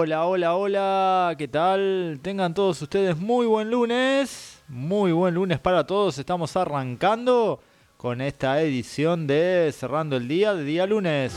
Hola, hola, hola, ¿qué tal? Tengan todos ustedes muy buen lunes para todos. Estamos arrancando con esta edición de Cerrando el Día de día lunes.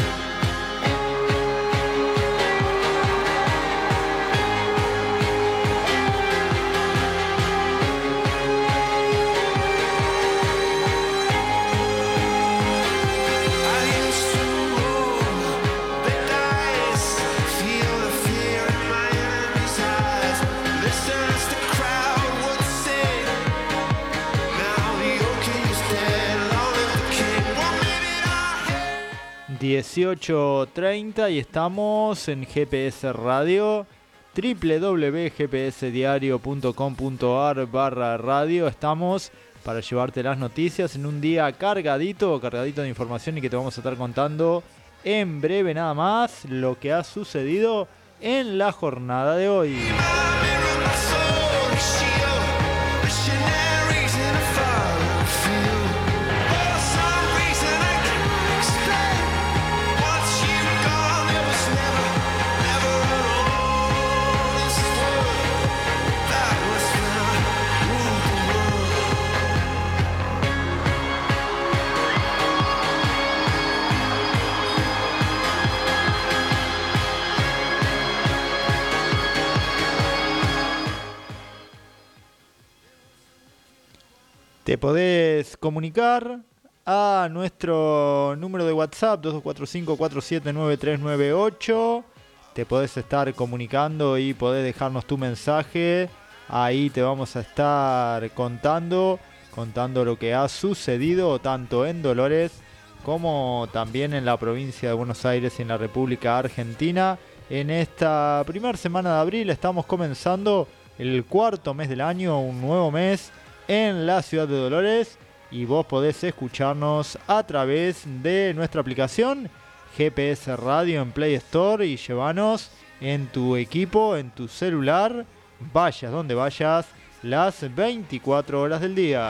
...18:30 y estamos en GPS Radio, www.gpsdiario.com.ar/radio. Estamos para llevarte las noticias en un día cargadito de información y que te vamos a estar contando en breve nada más lo que ha sucedido en la jornada de hoy. Te podés comunicar a nuestro número de WhatsApp 2245-479398. Te podés estar comunicando y podés dejarnos tu mensaje. Ahí te vamos a estar contando lo que ha sucedido tanto en Dolores como también en la provincia de Buenos Aires y en la República Argentina. En esta primera semana de abril estamos comenzando el cuarto mes del año, un nuevo mes en la ciudad de Dolores, y vos podés escucharnos a través de nuestra aplicación GPS Radio en Play Store y llevanos en tu equipo, en tu celular, vayas donde vayas, las 24 horas del día.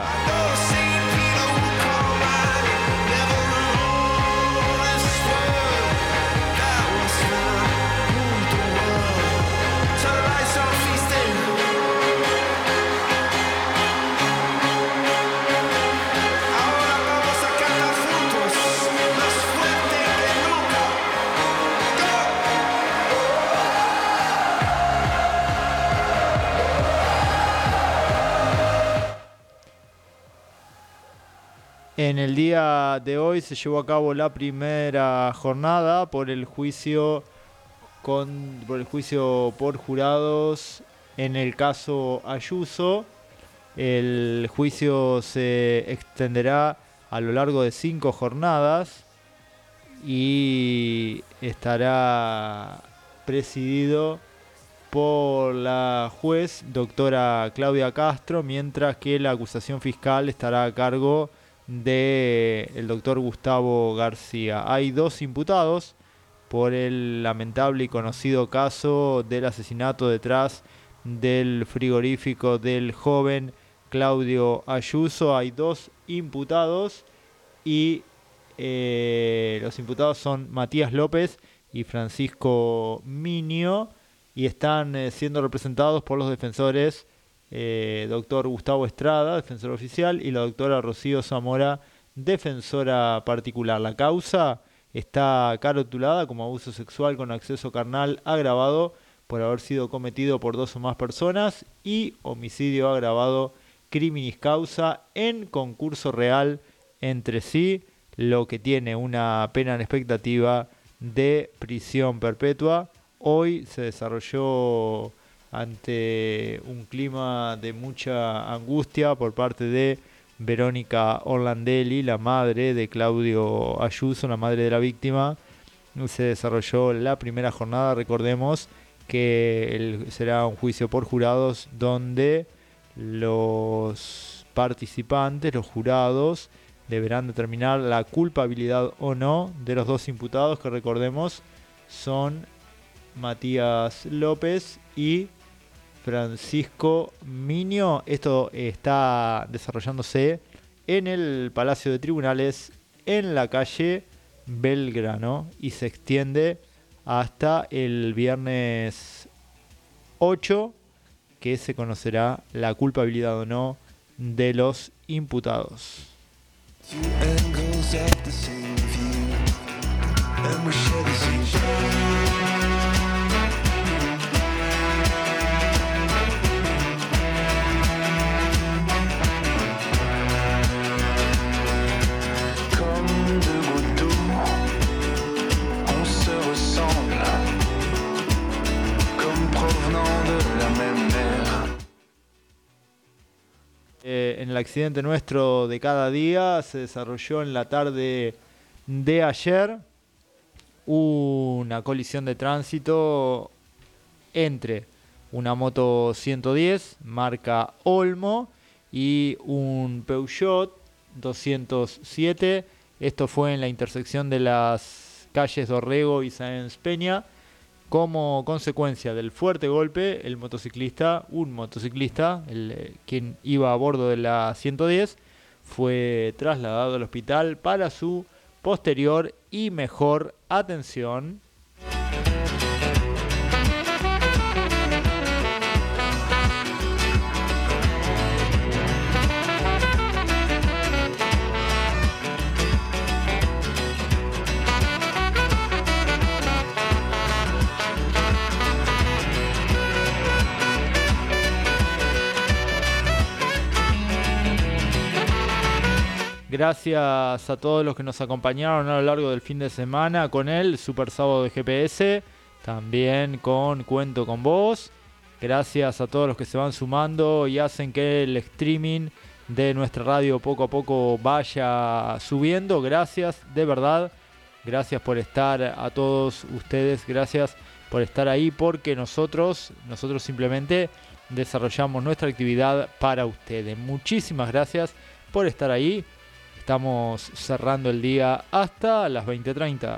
En el día de hoy se llevó a cabo la primera jornada por el juicio por jurados en el caso Ayuso. El juicio se extenderá a lo largo de 5 jornadas y estará presidido por la juez doctora Claudia Castro, mientras que la acusación fiscal estará a cargo del doctor Gustavo García. Hay 2 imputados por el lamentable y conocido caso del asesinato detrás del frigorífico del joven Claudio Ayuso. Hay 2 imputados y los imputados son Matías López y Francisco Minio, y están siendo representados por los defensores doctor Gustavo Estrada, defensor oficial, y la doctora Rocío Zamora, defensora particular. La causa está carotulada como abuso sexual con acceso carnal agravado por haber sido cometido por 2 o más personas y homicidio agravado criminis causa en concurso real entre sí, lo que tiene una pena en expectativa de prisión perpetua. Hoy se desarrolló ante un clima de mucha angustia por parte de Verónica Orlandelli, la madre de Claudio Ayuso, la madre de la víctima. Se desarrolló la primera jornada. Recordemos que será un juicio por jurados donde los participantes, los jurados, deberán determinar la culpabilidad o no de los 2 imputados, que recordemos son Matías López y Francisco Minio. Esto está desarrollándose en el Palacio de Tribunales en la calle Belgrano y se extiende hasta el viernes 8, que se conocerá la culpabilidad o no de los imputados. En el accidente nuestro de cada día se desarrolló en la tarde de ayer una colisión de tránsito entre una moto 110 marca Olmo y un Peugeot 207. Esto fue en la intersección de las calles Dorrego y Sáenz Peña. Como consecuencia del fuerte golpe, un motociclista, quien iba a bordo de la 110, fue trasladado al hospital para su posterior y mejor atención. Gracias a todos los que nos acompañaron a lo largo del fin de semana con el Super Sábado de GPS, también con Cuento con Vos. Gracias a todos los que se van sumando y hacen que el streaming de nuestra radio poco a poco vaya subiendo. Gracias, de verdad. Gracias por estar a todos ustedes. Gracias por estar ahí, porque nosotros simplemente desarrollamos nuestra actividad para ustedes. Muchísimas gracias por estar ahí. Estamos cerrando el día hasta las 20:30.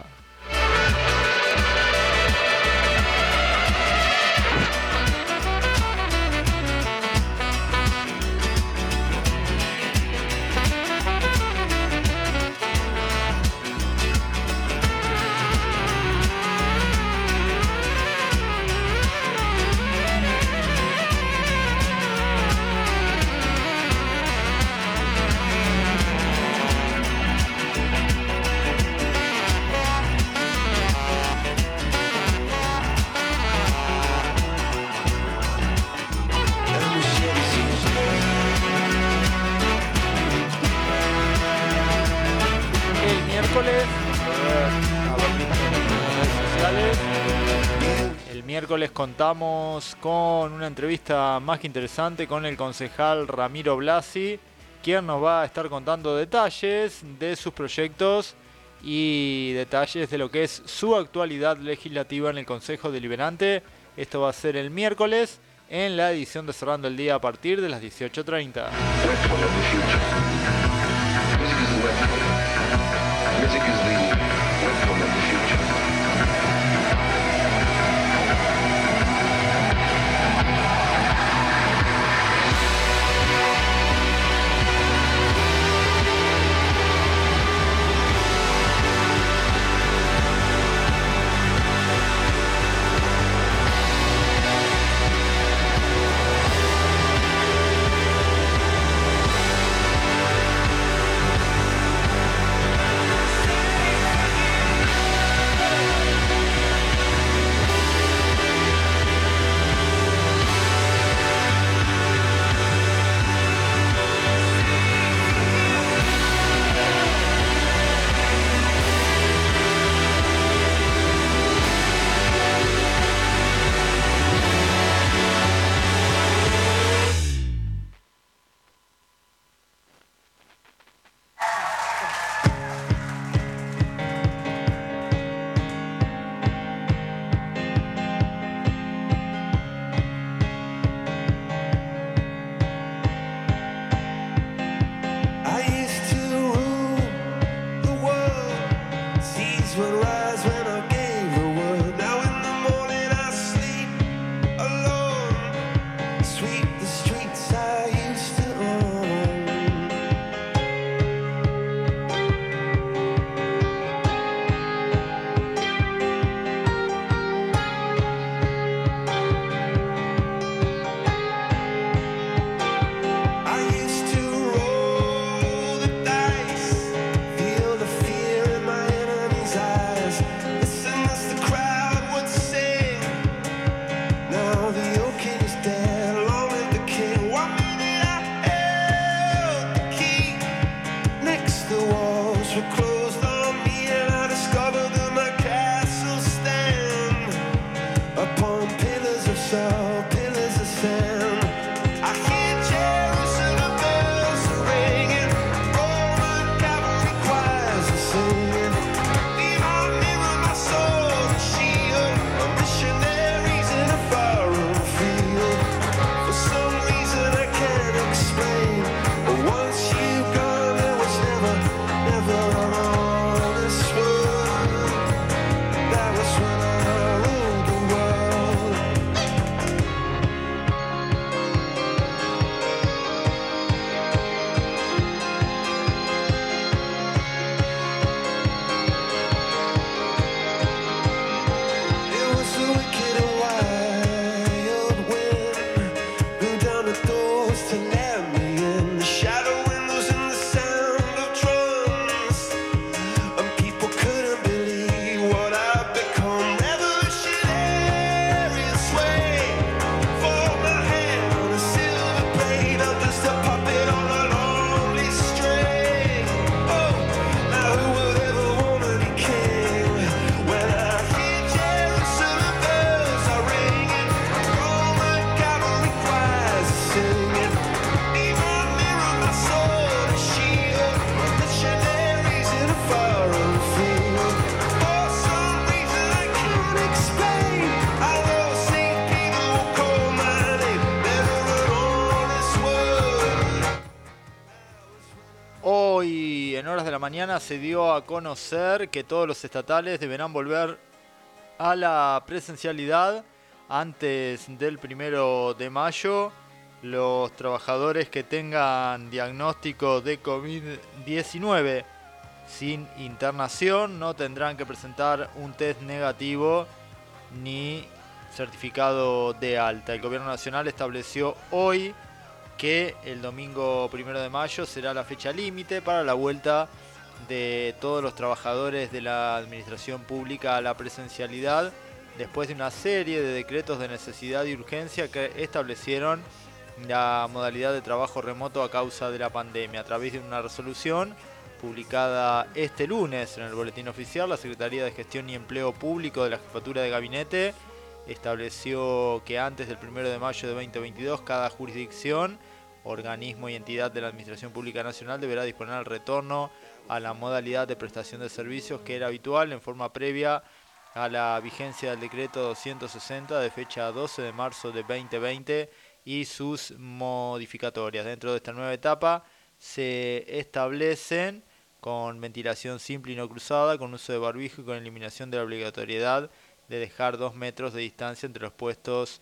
El miércoles contamos con una entrevista más que interesante con el concejal Ramiro Blasi, quien nos va a estar contando detalles de sus proyectos y detalles de lo que es su actualidad legislativa en el Consejo Deliberante. Esto va a ser el miércoles en la edición de Cerrando el Día a partir de las 18:30. were closed on me, and I discovered that my castle stand upon pillars of salt, pillars of sand. I hear Jerusalem bells are ringing, Roman cavalry choirs are singing. Leave my mirror, my sword and shield, my missionaries in a foreign field. For some reason I can't explain, but once you've gone, there was never all this world. That was when I ruled the world. It was a wicked and wild wind blew down the doors to let me in. The shadow windows and the sound of drums, and people couldn't believe what I'd become. Revolutionary sway for my hand on a silver plate. I'm just a puppet on a lonely string. Oh, now who would ever want to be king? When I hear Jerusalem bells are ringing, Roman cavalry choirs are singing. Leave my mirror, my sword and shield, my missionaries in a foreign field. For some reason I can't explain, I know St. Peter will call my name. Never on this world. Hoy, en horas de la mañana, se dio a conocer que todos los estatales deberán volver a la presencialidad antes del 1 de mayo. Los trabajadores que tengan diagnóstico de COVID-19 sin internación no tendrán que presentar un test negativo ni certificado de alta. El Gobierno Nacional estableció hoy que el domingo 1 de mayo será la fecha límite para la vuelta de todos los trabajadores de la administración pública a la presencialidad, después de una serie de decretos de necesidad y urgencia que establecieron la modalidad de trabajo remoto a causa de la pandemia. A través de una resolución publicada este lunes en el Boletín Oficial, la Secretaría de Gestión y Empleo Público de la Jefatura de Gabinete estableció que antes del 1 de mayo de 2022 cada jurisdicción, organismo y entidad de la Administración Pública Nacional deberá disponer el retorno a la modalidad de prestación de servicios que era habitual en forma previa a la vigencia del decreto 260 de fecha 12 de marzo de 2020 y sus modificatorias. Dentro de esta nueva etapa se establecen con ventilación simple y no cruzada, con uso de barbijo y con eliminación de la obligatoriedad de dejar 2 metros de distancia entre los puestos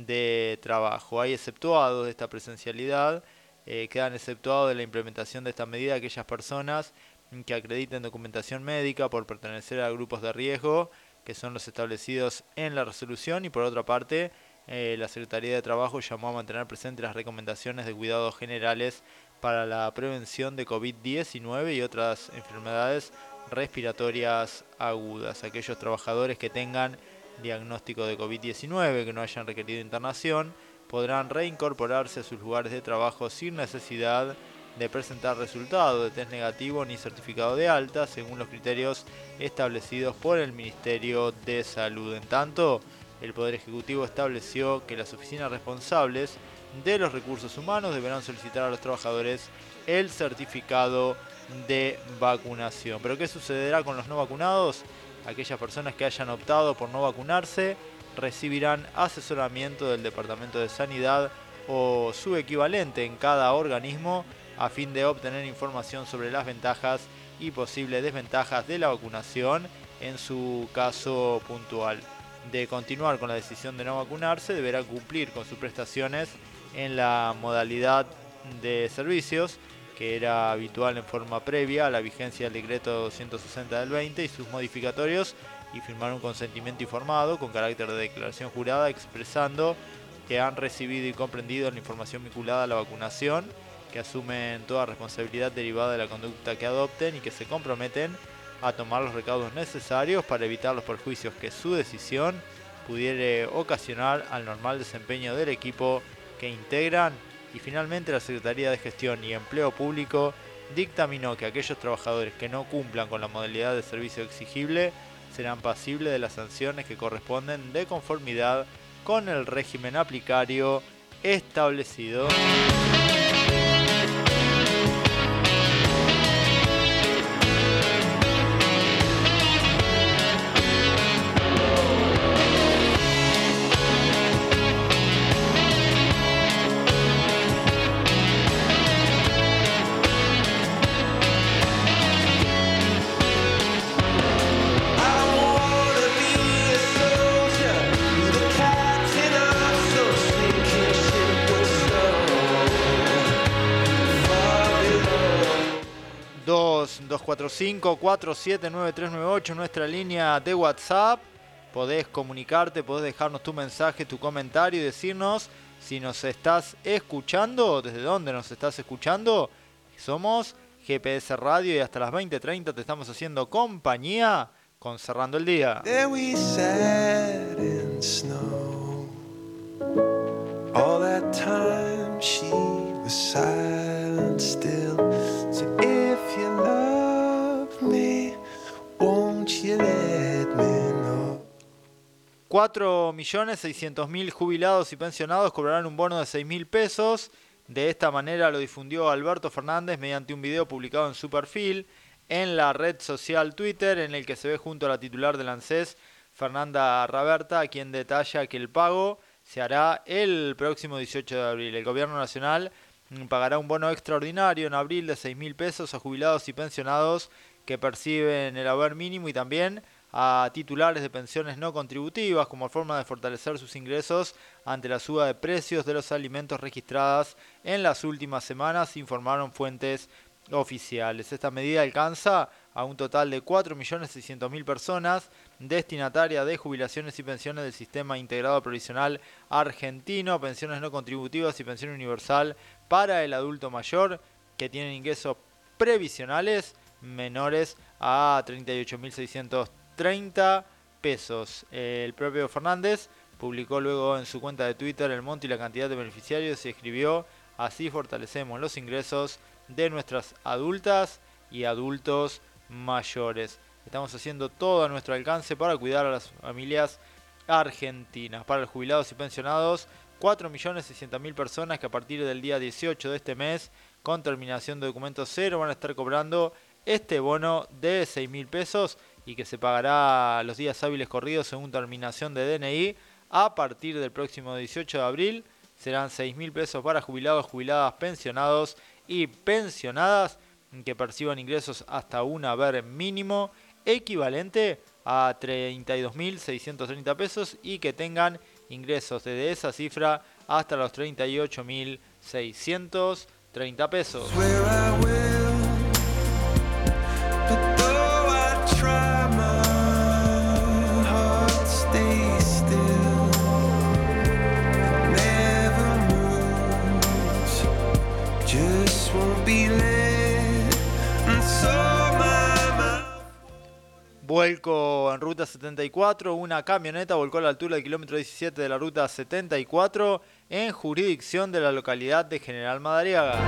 de trabajo. Hay exceptuados de esta presencialidad, quedan exceptuados de la implementación de esta medida aquellas personas que acrediten documentación médica por pertenecer a grupos de riesgo, que son los establecidos en la resolución, y por otra parte, la Secretaría de Trabajo llamó a mantener presentes las recomendaciones de cuidados generales para la prevención de COVID-19 y otras enfermedades respiratorias agudas. Aquellos trabajadores que tengan diagnóstico de COVID-19 que no hayan requerido internación podrán reincorporarse a sus lugares de trabajo sin necesidad de presentar resultado de test negativo ni certificado de alta, según los criterios establecidos por el Ministerio de Salud. En tanto, el Poder Ejecutivo estableció que las oficinas responsables de los recursos humanos deberán solicitar a los trabajadores el certificado de vacunación. ¿Pero qué sucederá con los no vacunados? Aquellas personas que hayan optado por no vacunarse recibirán asesoramiento del Departamento de Sanidad o su equivalente en cada organismo a fin de obtener información sobre las ventajas y posibles desventajas de la vacunación en su caso puntual. De continuar con la decisión de no vacunarse, deberá cumplir con sus prestaciones en la modalidad de servicios que era habitual en forma previa a la vigencia del decreto 260 del 20 y sus modificatorios, y firmar un consentimiento informado con carácter de declaración jurada expresando que han recibido y comprendido la información vinculada a la vacunación, que asumen toda responsabilidad derivada de la conducta que adopten y que se comprometen a tomar los recaudos necesarios para evitar los perjuicios que su decisión pudiera ocasionar al normal desempeño del equipo que integran. Y finalmente, la Secretaría de Gestión y Empleo Público dictaminó que aquellos trabajadores que no cumplan con la modalidad de servicio exigible serán pasibles de las sanciones que corresponden de conformidad con el régimen aplicario establecido. Dos 245-479398, nuestra línea de WhatsApp. Podés comunicarte, podés dejarnos tu mensaje, tu comentario y decirnos si nos estás escuchando, desde dónde nos estás escuchando. Somos GPS Radio y hasta las 20:30 te estamos haciendo compañía con Cerrando el Día. There we sat in snow. All that time she was silent still. So if you love me, won't you let me know? 4.600.000 jubilados y pensionados cobrarán un bono de 6.000 pesos. De esta manera lo difundió Alberto Fernández mediante un video publicado en su perfil en la red social Twitter, en el que se ve junto a la titular del ANSES, Fernanda Raberta, a quien detalla que el pago se hará el próximo 18 de abril. El Gobierno Nacional pagará un bono extraordinario en abril de 6.000 pesos a jubilados y pensionados que perciben el haber mínimo y también a titulares de pensiones no contributivas como forma de fortalecer sus ingresos ante la suba de precios de los alimentos registradas en las últimas semanas, informaron fuentes oficiales. Esta medida alcanza a un total de 4.600.000 personas destinatarias de jubilaciones y pensiones del Sistema Integrado Provisional Argentino, pensiones no contributivas y pensión universal para el adulto mayor que tienen ingresos previsionales menores a 38.630 pesos. El propio Fernández publicó luego en su cuenta de Twitter el monto y la cantidad de beneficiarios y escribió: así fortalecemos los ingresos de nuestras adultas y adultos mayores. Estamos haciendo todo a nuestro alcance para cuidar a las familias argentinas. Para los jubilados y pensionados, 4.600.000 personas que a partir del día 18 de este mes, con terminación de documento 0, van a estar cobrando este bono de 6.000 pesos y que se pagará los días hábiles corridos según terminación de DNI. A partir del próximo 18 de abril serán 6.000 pesos para jubilados, jubiladas, pensionados y pensionadas que perciban ingresos hasta un haber mínimo equivalente a 32.630 pesos y que tengan ingresos desde esa cifra hasta los 38.630 pesos. Vuelco en ruta 74, una camioneta volcó a la altura del kilómetro 17 de la ruta 74 en jurisdicción de la localidad de General Madariaga.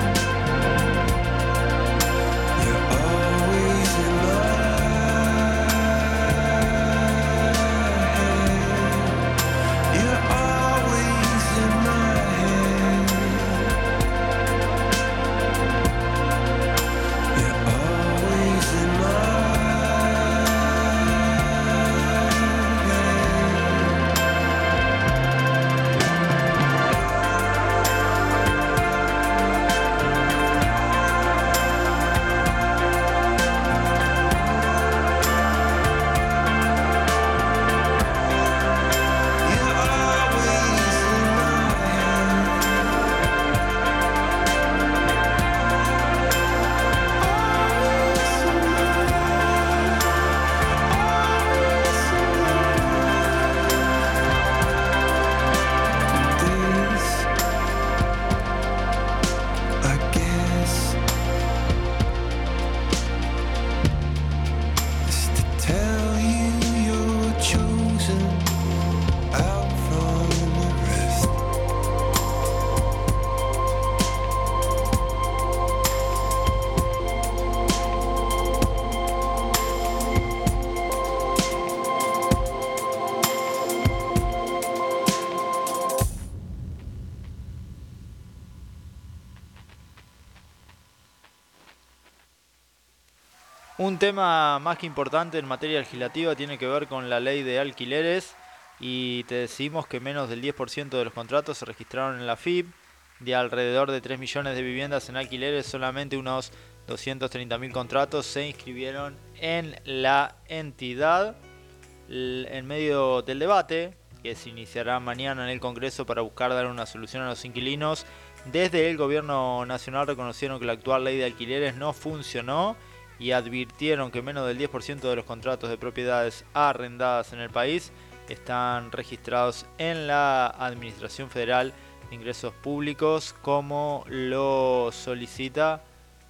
Un tema más que importante en materia legislativa tiene que ver con la ley de alquileres y te decimos que menos del 10% de los contratos se registraron en la FIP. De alrededor de 3 millones de viviendas en alquileres, solamente unos 230.000 contratos se inscribieron en la entidad. En medio del debate que se iniciará mañana en el Congreso para buscar dar una solución a los inquilinos, desde el gobierno nacional reconocieron que la actual ley de alquileres no funcionó y advirtieron que menos del 10% de los contratos de propiedades arrendadas en el país están registrados en la Administración Federal de Ingresos Públicos, como lo solicita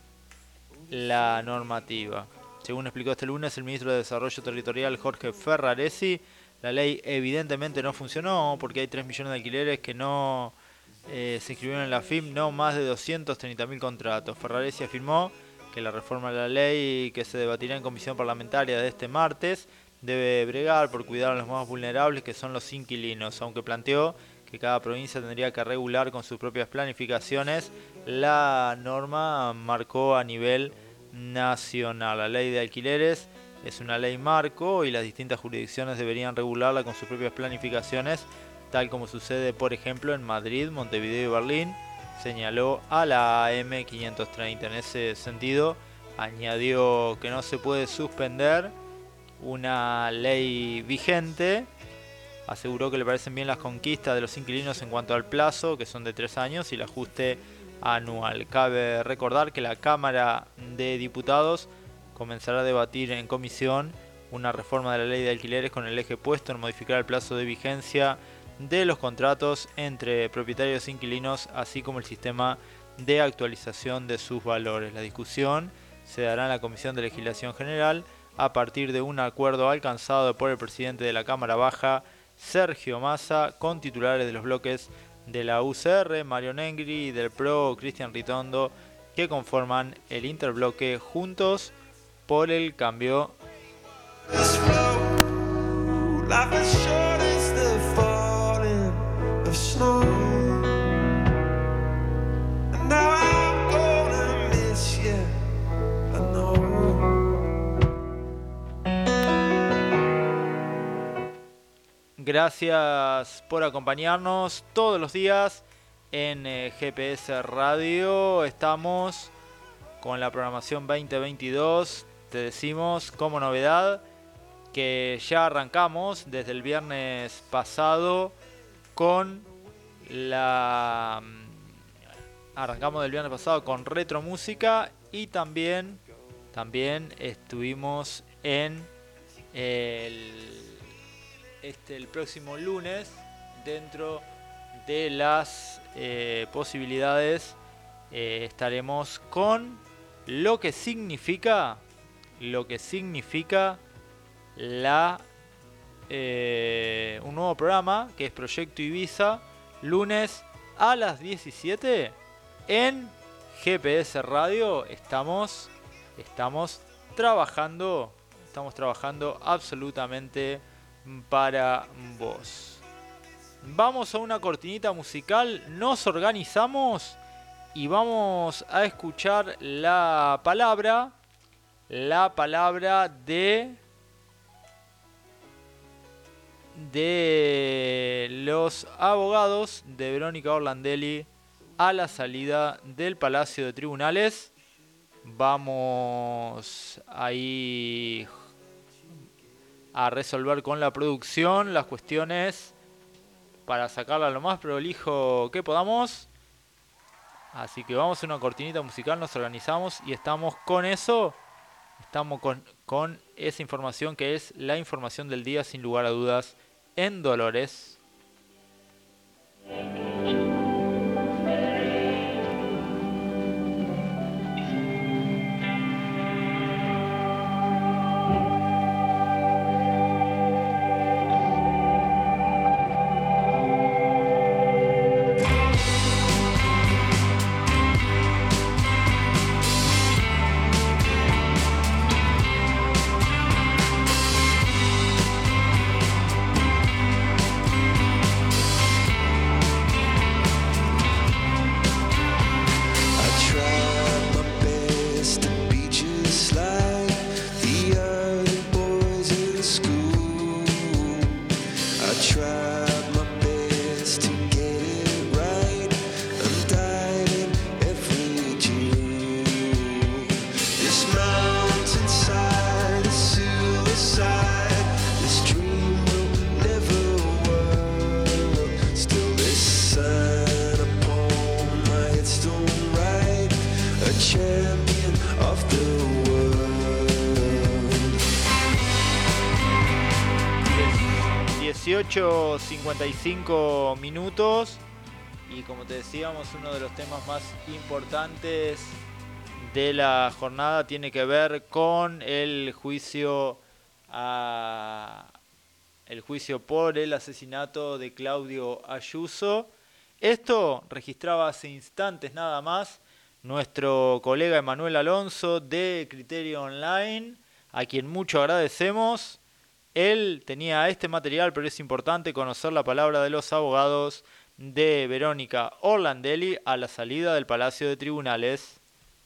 la normativa. Según explicó este lunes el ministro de Desarrollo Territorial Jorge Ferraresi, la ley evidentemente no funcionó porque hay 3 millones de alquileres que no se inscribieron en la FIP, no más de 230.000 contratos. Ferraresi afirmó que la reforma de la ley que se debatirá en comisión parlamentaria de este martes debe bregar por cuidar a los más vulnerables, que son los inquilinos, aunque planteó que cada provincia tendría que regular con sus propias planificaciones. La norma marcó a nivel nacional. La ley de alquileres es una ley marco y las distintas jurisdicciones deberían regularla con sus propias planificaciones, tal como sucede por ejemplo en Madrid, Montevideo y Berlín, señaló a la AM530. En ese sentido, añadió que no se puede suspender una ley vigente. Aseguró que le parecen bien las conquistas de los inquilinos en cuanto al plazo, que son de 3 años, y el ajuste anual. Cabe recordar que la Cámara de Diputados comenzará a debatir en comisión una reforma de la ley de alquileres con el eje puesto en modificar el plazo de vigencia de los contratos entre propietarios e inquilinos, así como el sistema de actualización de sus valores. La discusión se dará en la Comisión de Legislación General a partir de un acuerdo alcanzado por el presidente de la Cámara Baja, Sergio Massa, con titulares de los bloques de la UCR, Mario Negri, y del PRO, Cristian Ritondo, que conforman el interbloque Juntos por el Cambio. Gracias por acompañarnos todos los días en GPS Radio. Estamos con la programación 2022. Te decimos como novedad que ya arrancamos desde el viernes pasado con retro música, y también estuvimos en el próximo lunes, dentro de las posibilidades, estaremos con lo que significa un nuevo programa que es Proyecto Ibiza, lunes a las 17 en GPS Radio. Estamos trabajando absolutamente para vos. Vamos a una cortinita musical, nos organizamos y vamos a escuchar la palabra de los abogados de Verónica Orlandelli a la salida del Palacio de Tribunales. Vamos ahí a resolver con la producción las cuestiones para sacarla lo más prolijo que podamos. Así que vamos a una cortinita musical, nos organizamos y estamos con eso. Estamos con esa información que es la información del día, sin lugar a dudas, en Dolores. 18:55 minutos. Y como te decíamos, uno de los temas más importantes de la jornada tiene que ver con el juicio por el asesinato de Claudio Ayuso. Esto registraba hace instantes nada más nuestro colega Emanuel Alonso de Criterio Online, a quien mucho agradecemos. Él tenía este material, pero es importante conocer la palabra de los abogados de Verónica Orlandelli a la salida del Palacio de Tribunales.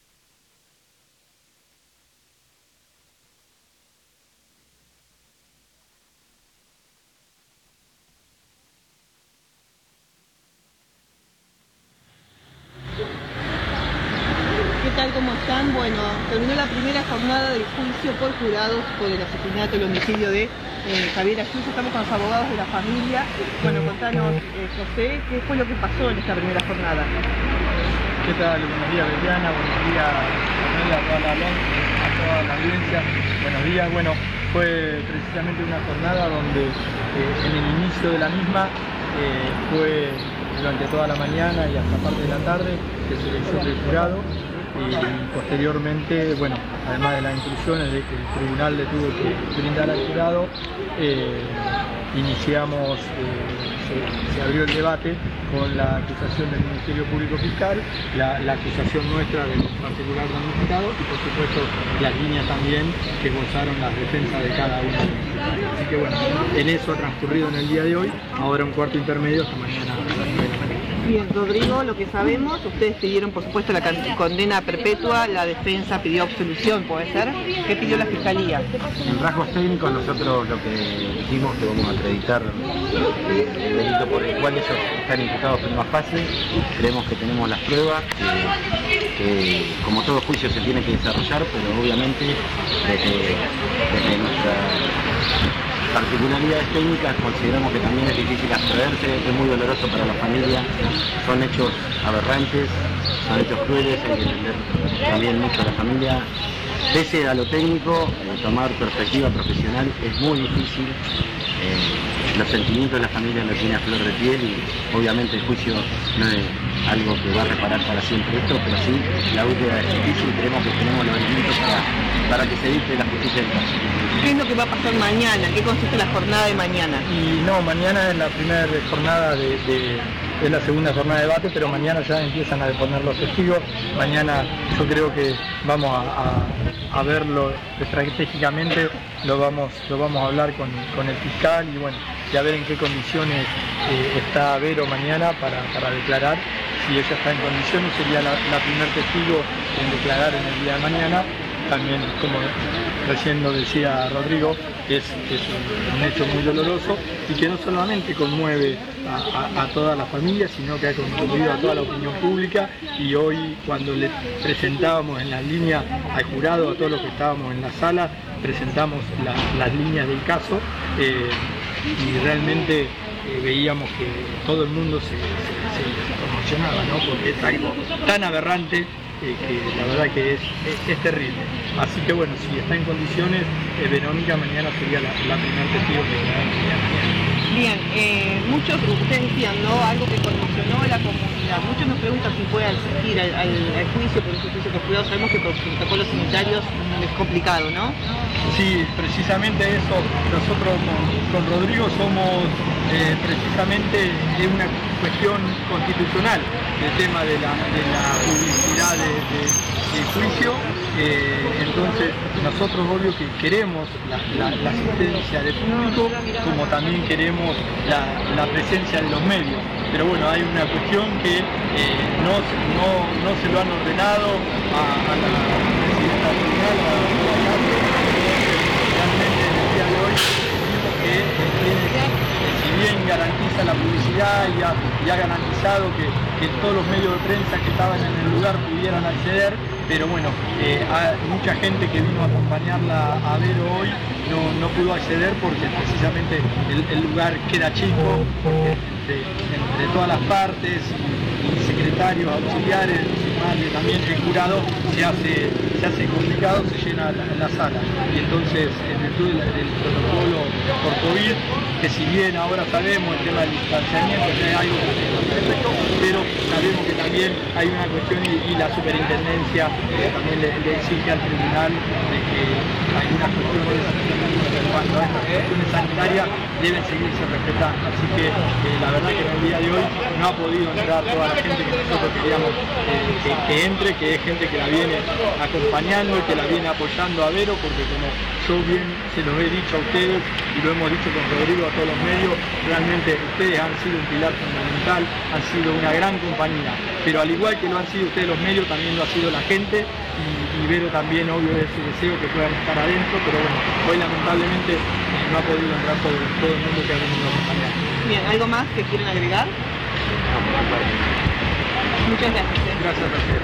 ¿Qué tal? ¿Cómo están? Bueno, terminó la primera jornada del juicio por jurados por el asesinato y el homicidio de Javier Ayuso. Estamos con los abogados de la familia. Bueno, contanos, José, ¿qué fue lo que pasó en esta primera jornada? ¿Qué tal? Buenos días, Beliana. Buenos días, Manuel, a toda la audiencia. Buenos días. Bueno, fue precisamente una jornada donde en el inicio de la misma fue durante toda la mañana y hasta parte de la tarde de selección del jurado. Y posteriormente, bueno, además de las instrucciones de que el tribunal le tuvo que brindar al jurado, iniciamos, se abrió el debate con la acusación del Ministerio Público Fiscal, la acusación nuestra del particular damnificado y por supuesto las líneas también que gozaron las defensas de cada uno de los imputados. Así que bueno, en eso ha transcurrido en el día de hoy, ahora un cuarto intermedio hasta mañana a las 9 de la mañana. Bien, Rodrigo, lo que sabemos, ustedes pidieron por supuesto la condena perpetua, la defensa pidió absolución, ¿puede ser? ¿Qué pidió la Fiscalía? En rasgos técnicos nosotros lo que dijimos que vamos a acreditar el delito por el cual ellos están imputados prima facie. Creemos que tenemos las pruebas, que como todo juicio se tiene que desarrollar, pero obviamente desde nuestras particularidades técnicas consideramos que también es difícil abstraerse, es muy doloroso para la familia, son hechos aberrantes, son hechos crueles, hay que entender también mucho a la familia. Pese a lo técnico, tomar perspectiva profesional es muy difícil. Los sentimientos de la familia lo tiene a flor de piel y obviamente el juicio no es algo que va a reparar para siempre esto, pero sí la búsqueda es difícil y creemos que tenemos los elementos para que se dicte la justicia del caso. ¿Qué es lo que va a pasar mañana? ¿Qué consiste la jornada de mañana? Y no, mañana es la primera jornada es la segunda jornada de debate, pero mañana ya empiezan a deponer los testigos. Mañana yo creo que vamos a verlo estratégicamente, lo vamos a hablar con el fiscal y bueno, y a ver en qué condiciones está Vero mañana para declarar. Si ella está en condiciones sería la primer testigo en declarar en el día de mañana. También, como recién lo decía Rodrigo, es un hecho muy doloroso y que no solamente conmueve a toda la familia, sino que ha conmovido a toda la opinión pública. Y hoy, cuando le presentábamos en las líneas al jurado, a todos los que estábamos en la sala, presentamos las líneas del caso y realmente veíamos que todo el mundo se conmocionaba, ¿no? Porque es algo tan aberrante que la verdad que es terrible. Así que bueno, si está en condiciones, Verónica mañana sería la primer testigo que mañana. Bien, muchos, ustedes decían, ¿no? Algo que conmocionó a la comunidad. Muchos nos preguntan si puede asistir al juicio, por ese juicio por jurado. Sabemos que por protocolos sanitarios es complicado, ¿no? Sí, precisamente eso. Nosotros con Rodrigo somos precisamente una cuestión constitucional, el tema de la publicidad del juicio. Entonces nosotros obvio que queremos la asistencia del público, como también queremos la presencia de los medios, pero bueno, hay una cuestión que no se lo han ordenado a la presidenta del tribunal, realmente en el día de hoy decimos que si bien garantiza la publicidad y ha garantizado que todos los medios de prensa que estaban en el lugar pudieran acceder, pero bueno, hay mucha gente que vino a acompañarla a Vero hoy no pudo acceder porque precisamente el lugar queda chico, porque entre todas las partes y secretarios, auxiliares, más que también el jurado se hace complicado, se llena la sala. Y entonces en virtud del protocolo por COVID que si bien ahora sabemos el tema del distanciamiento, que es algo que se respecto, pero sabemos que también hay una cuestión y la superintendencia también le exige al tribunal de que algunas cuestiones en cuanto a estas cuestiones sanitarias deben seguirse respetando. Así que la verdad que en el día de hoy no ha podido entrar toda la gente que nosotros queríamos que entre, que es gente que la viene acompañando, que la viene apoyando a Vero, porque como yo bien se los he dicho a ustedes y lo hemos dicho con Rodrigo a todos los medios, realmente ustedes han sido un pilar fundamental, han sido una gran compañía, pero al igual que lo han sido ustedes los medios, también lo ha sido la gente y Vero también, obvio, es su deseo que puedan estar adentro, pero bueno, hoy lamentablemente no ha podido entrar todo el mundo que ha venido a acompañar. Bien, ¿algo más que quieren agregar? Muchas gracias. Gracias a ustedes.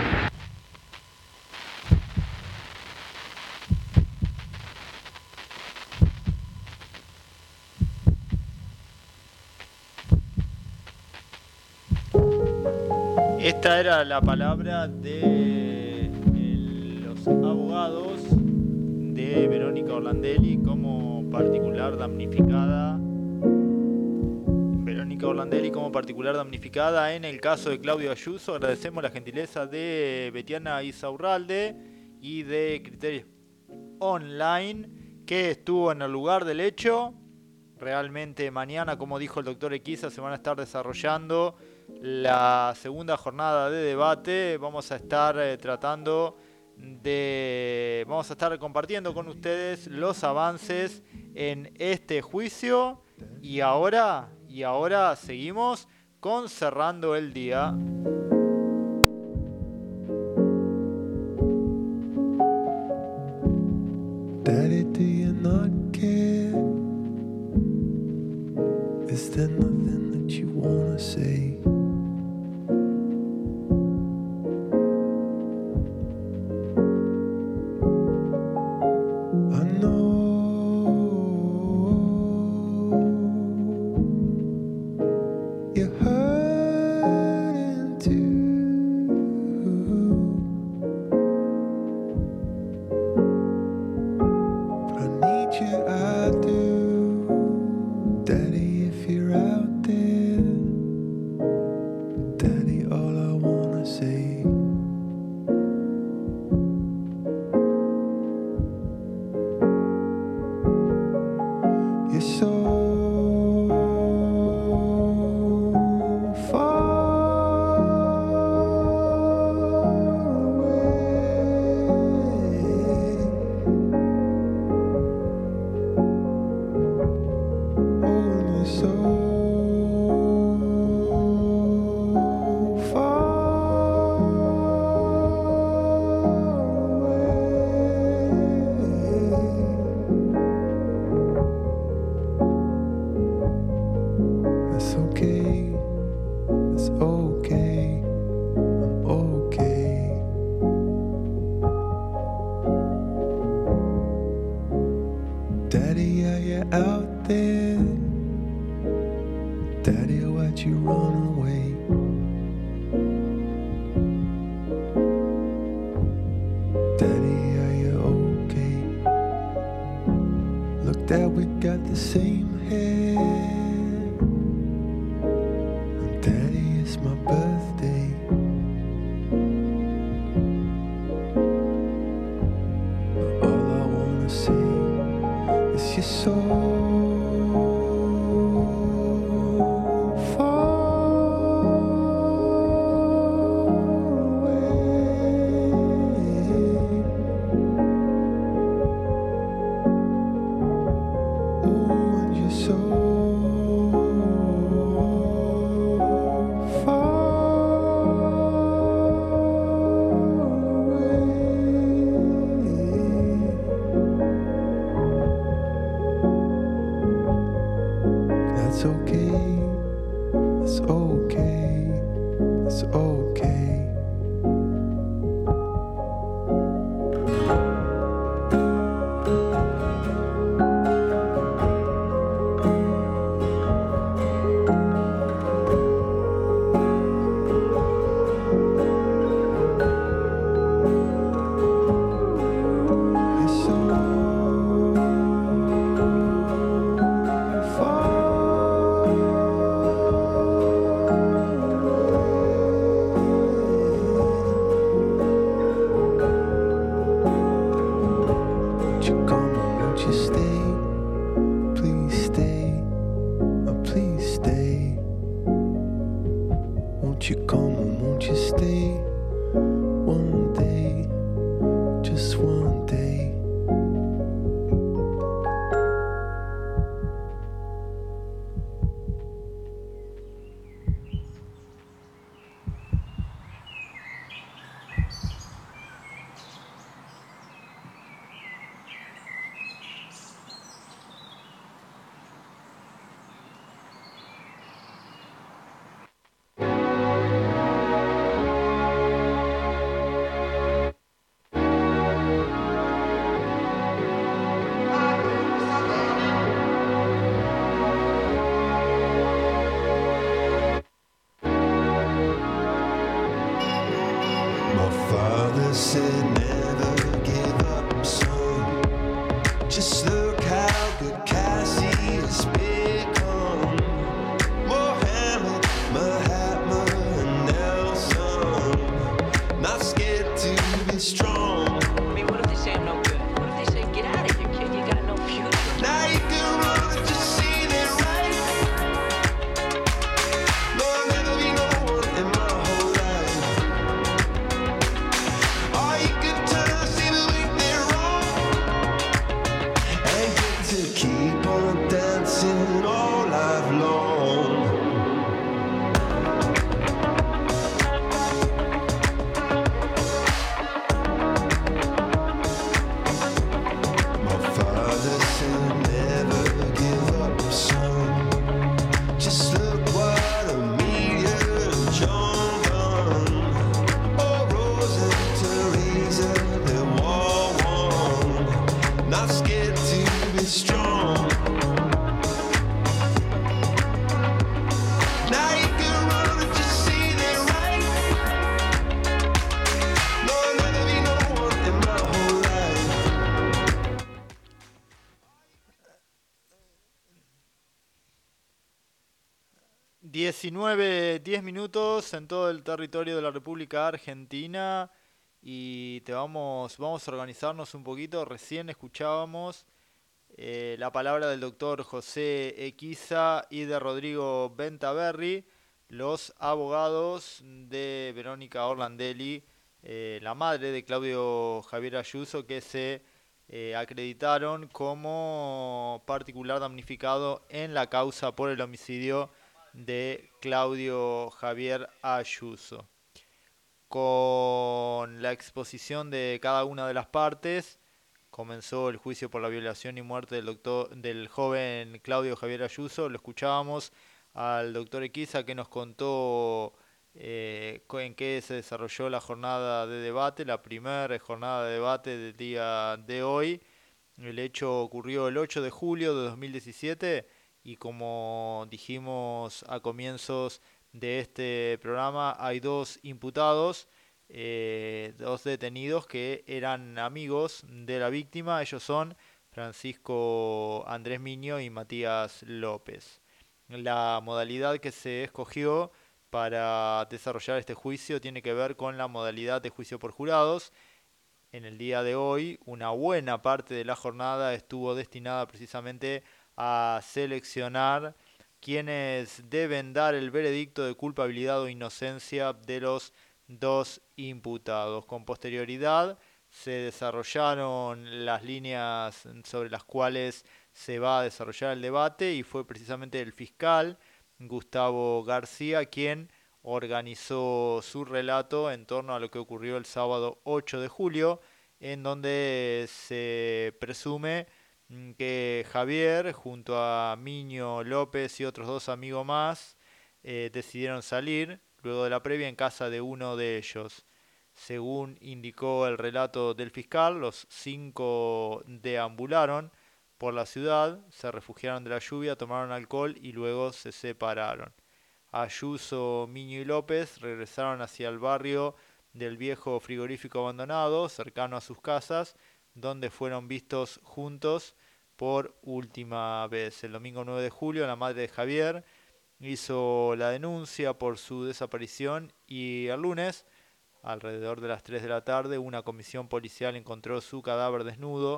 Esta era la palabra de los abogados de Verónica Orlandelli como particular damnificada. Verónica Orlandelli como particular damnificada en el caso de Claudio Ayuso. Agradecemos la gentileza de Betiana Isaurralde y de Criterios Online, que estuvo en el lugar del hecho. Realmente mañana, como dijo el doctor Equiza, se van a estar desarrollando la segunda jornada de debate. Vamos a estar vamos a estar compartiendo con ustedes los avances en este juicio. Y ahora seguimos con Cerrando el Día. Daddy, do you not care? Is there nothing that you wanna say? I know you're hurting too, but I need you, I do. Daddy, if you're out there, Daddy, all I wanna say, you're so far away. So far away. It's okay, it's okay, I'm okay. Daddy, are you out there? Daddy, why'd you run away? Daddy, are you okay? Look, Dad, we got the same hair. And Daddy, it's my birthday. But all I wanna say is you're so Won't you come or won't you stay? Please stay, oh please stay. Won't you come or won't you stay? One day, just one day. My father said never give up, son. Just look how good Cassie has become. Mohammed, Mahatma, and Nelson. Not scared to be strong. I mean, what if they say I'm no good? What if they say, get out of here, kid, you got no future? Now you can run if you see it right. There'll never be no one in my whole life. Or you could turn, see the weak they're wrong, and get to keep on dancing all life long. My father said never give up, son. Just look what Amelia and John done. Oh, Rose and Teresa, they war one. Not scared to be strong. Now you can run if you see it right. There'll never be no one in my whole life. 10 minutos en todo el territorio de la República Argentina y vamos a organizarnos un poquito. Recién escuchábamos la palabra del doctor José Equiza y de Rodrigo Bentaberri, los abogados de Verónica Orlandelli, la madre de Claudio Javier Ayuso, que se acreditaron como particular damnificado en la causa por el homicidio de Claudio Javier Ayuso. Con la exposición de cada una de las partes, comenzó el juicio por la violación y muerte del joven Claudio Javier Ayuso. Lo escuchábamos al doctor Equiza, que nos contó en qué se desarrolló la jornada de debate, la primera jornada de debate del día de hoy. El hecho ocurrió el 8 de julio de 2017 y, como dijimos a comienzos de este programa, hay dos imputados, dos detenidos que eran amigos de la víctima. Ellos son Francisco Andrés Miño y Matías López. La modalidad que se escogió para desarrollar este juicio tiene que ver con la modalidad de juicio por jurados. En el día de hoy, una buena parte de la jornada estuvo destinada precisamente a seleccionar quienes deben dar el veredicto de culpabilidad o inocencia de los dos imputados. Con posterioridad se desarrollaron las líneas sobre las cuales se va a desarrollar el debate y fue precisamente el fiscal Gustavo García quien organizó su relato en torno a lo que ocurrió el sábado 8 de julio, en donde se presume que Javier, junto a Miño López y otros dos amigos más, decidieron salir luego de la previa en casa de uno de ellos. Según indicó el relato del fiscal, los 5 deambularon por la ciudad, se refugiaron de la lluvia, tomaron alcohol y luego se separaron. Ayuso, Miño y López regresaron hacia el barrio del viejo frigorífico abandonado, cercano a sus casas, donde fueron vistos juntos por última vez. El domingo 9 de julio, la madre de Javier hizo la denuncia por su desaparición y el lunes, alrededor de las 3 de la tarde, una comisión policial encontró su cadáver desnudo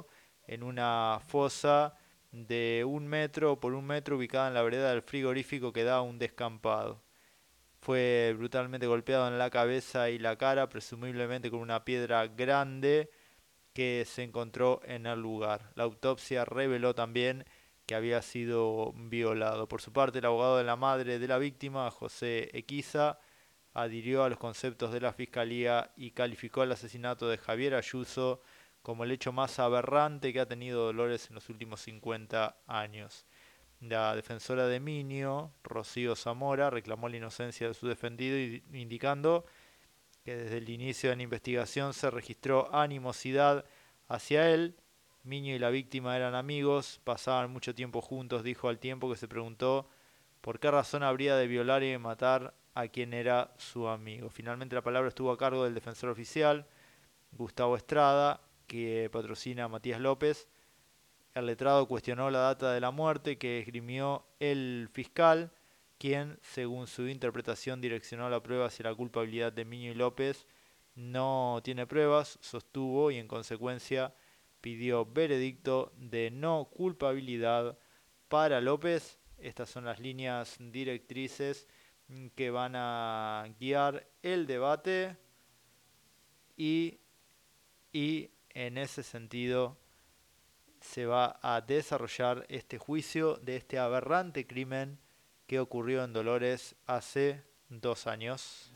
en una fosa de 1 metro por 1 metro ubicada en la vereda del frigorífico que da a un descampado. Fue brutalmente golpeado en la cabeza y la cara, presumiblemente con una piedra grande que se encontró en el lugar. La autopsia reveló también que había sido violado. Por su parte, el abogado de la madre de la víctima, José Equiza, adhirió a los conceptos de la Fiscalía y calificó el asesinato de Javier Ayuso como el hecho más aberrante que ha tenido Dolores en los últimos 50 años. La defensora de Minio, Rocío Zamora, reclamó la inocencia de su defendido, indicando que desde el inicio de la investigación se registró animosidad hacia él. Minio y la víctima eran amigos, pasaban mucho tiempo juntos, dijo al tiempo que se preguntó por qué razón habría de violar y de matar a quien era su amigo. Finalmente la palabra estuvo a cargo del defensor oficial, Gustavo Estrada, que patrocina a Matías López. El letrado cuestionó la data de la muerte que esgrimió el fiscal, quien, según su interpretación, direccionó la prueba hacia la culpabilidad de Minio y López. No tiene pruebas, sostuvo, y en consecuencia pidió veredicto de no culpabilidad para López. Estas son las líneas directrices que van a guiar el debate y en ese sentido se va a desarrollar este juicio de este aberrante crimen que ocurrió en Dolores hace 2 años.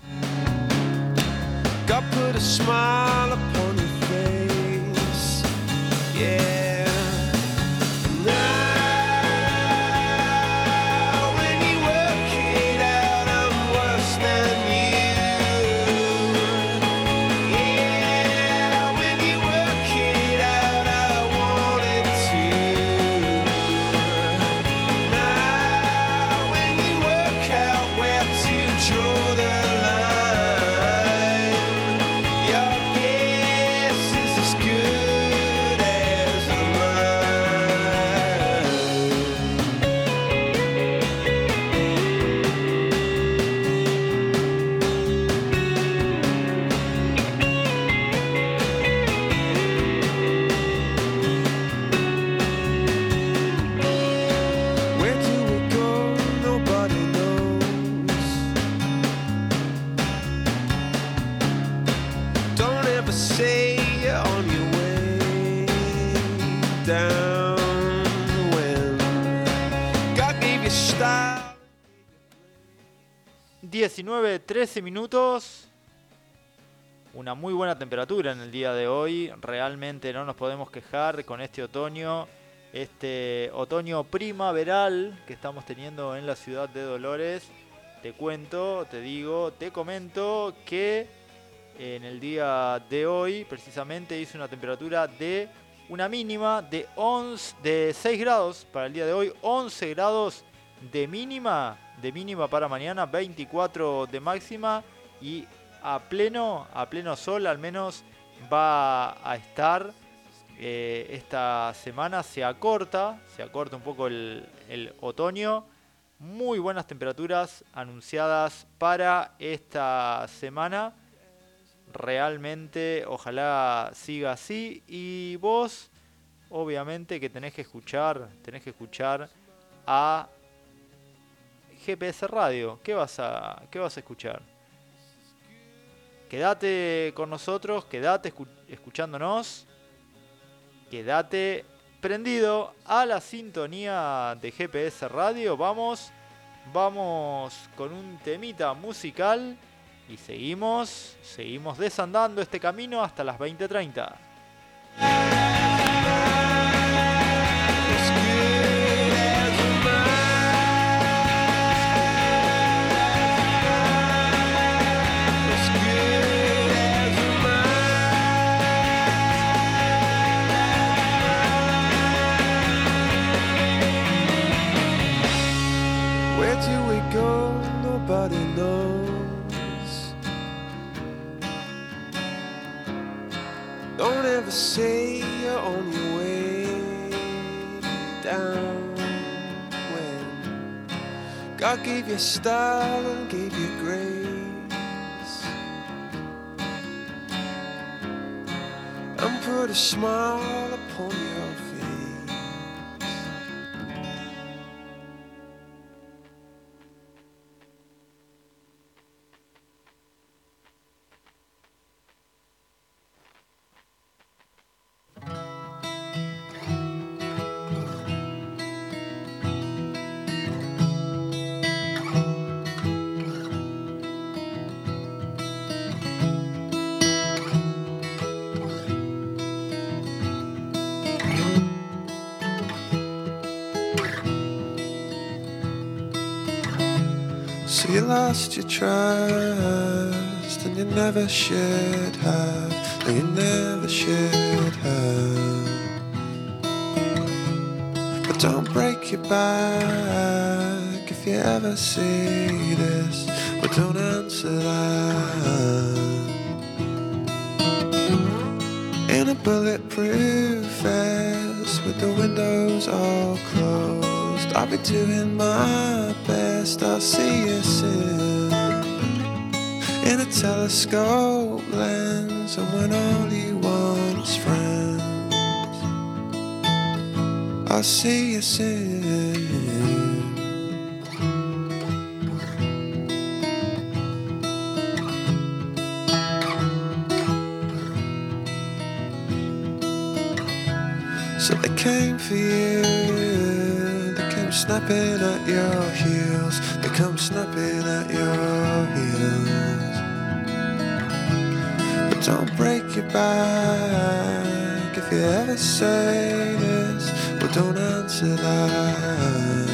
God put a smile upon your face, yeah. Now when you work it out, I'm worse than you. Yeah, when you work it out, I wanted to. Now when you work out where to draw the line, your guess is as good as mine. Where do we go? Nobody knows. Don't ever say you're on your way down when God gave you style. 19-13 minutos. Una muy buena temperatura en el día de hoy. Realmente no nos podemos quejar con este otoño primaveral que estamos teniendo en la ciudad de Dolores. Te cuento, te digo, te comento que en el día de hoy precisamente hizo una temperatura de una mínima de 6 grados para el día de hoy, 11 grados de mínima para mañana, 24 de máxima, y a pleno sol al menos va a estar esta semana. Se acorta un poco el otoño. Muy buenas temperaturas anunciadas para esta semana. Realmente ojalá siga así, y vos obviamente que tenés que escuchar a GPS Radio. ¿Qué vas a escuchar? Quédate con nosotros, quédate escuchándonos, quédate prendido a la sintonía de GPS Radio. Vamos con un temita musical y seguimos desandando este camino hasta las 20:30. Where do we go? Nobody knows. Don't ever say you're on your way down when God gave you style and gave you grace and put a smile upon your face. So you lost your trust, and you never should have. No, you never should have. But don't break your back if you ever see this. But don't answer that. In a bulletproof vest with the windows all closed, I'll be doing my best. I'll see you soon. In a telescope lens, and when all you want is friends, I'll see you soon. So they came for you, they came snapping at your heels, they come snapping at your heels. But don't break your back if you ever say this, but don't answer that.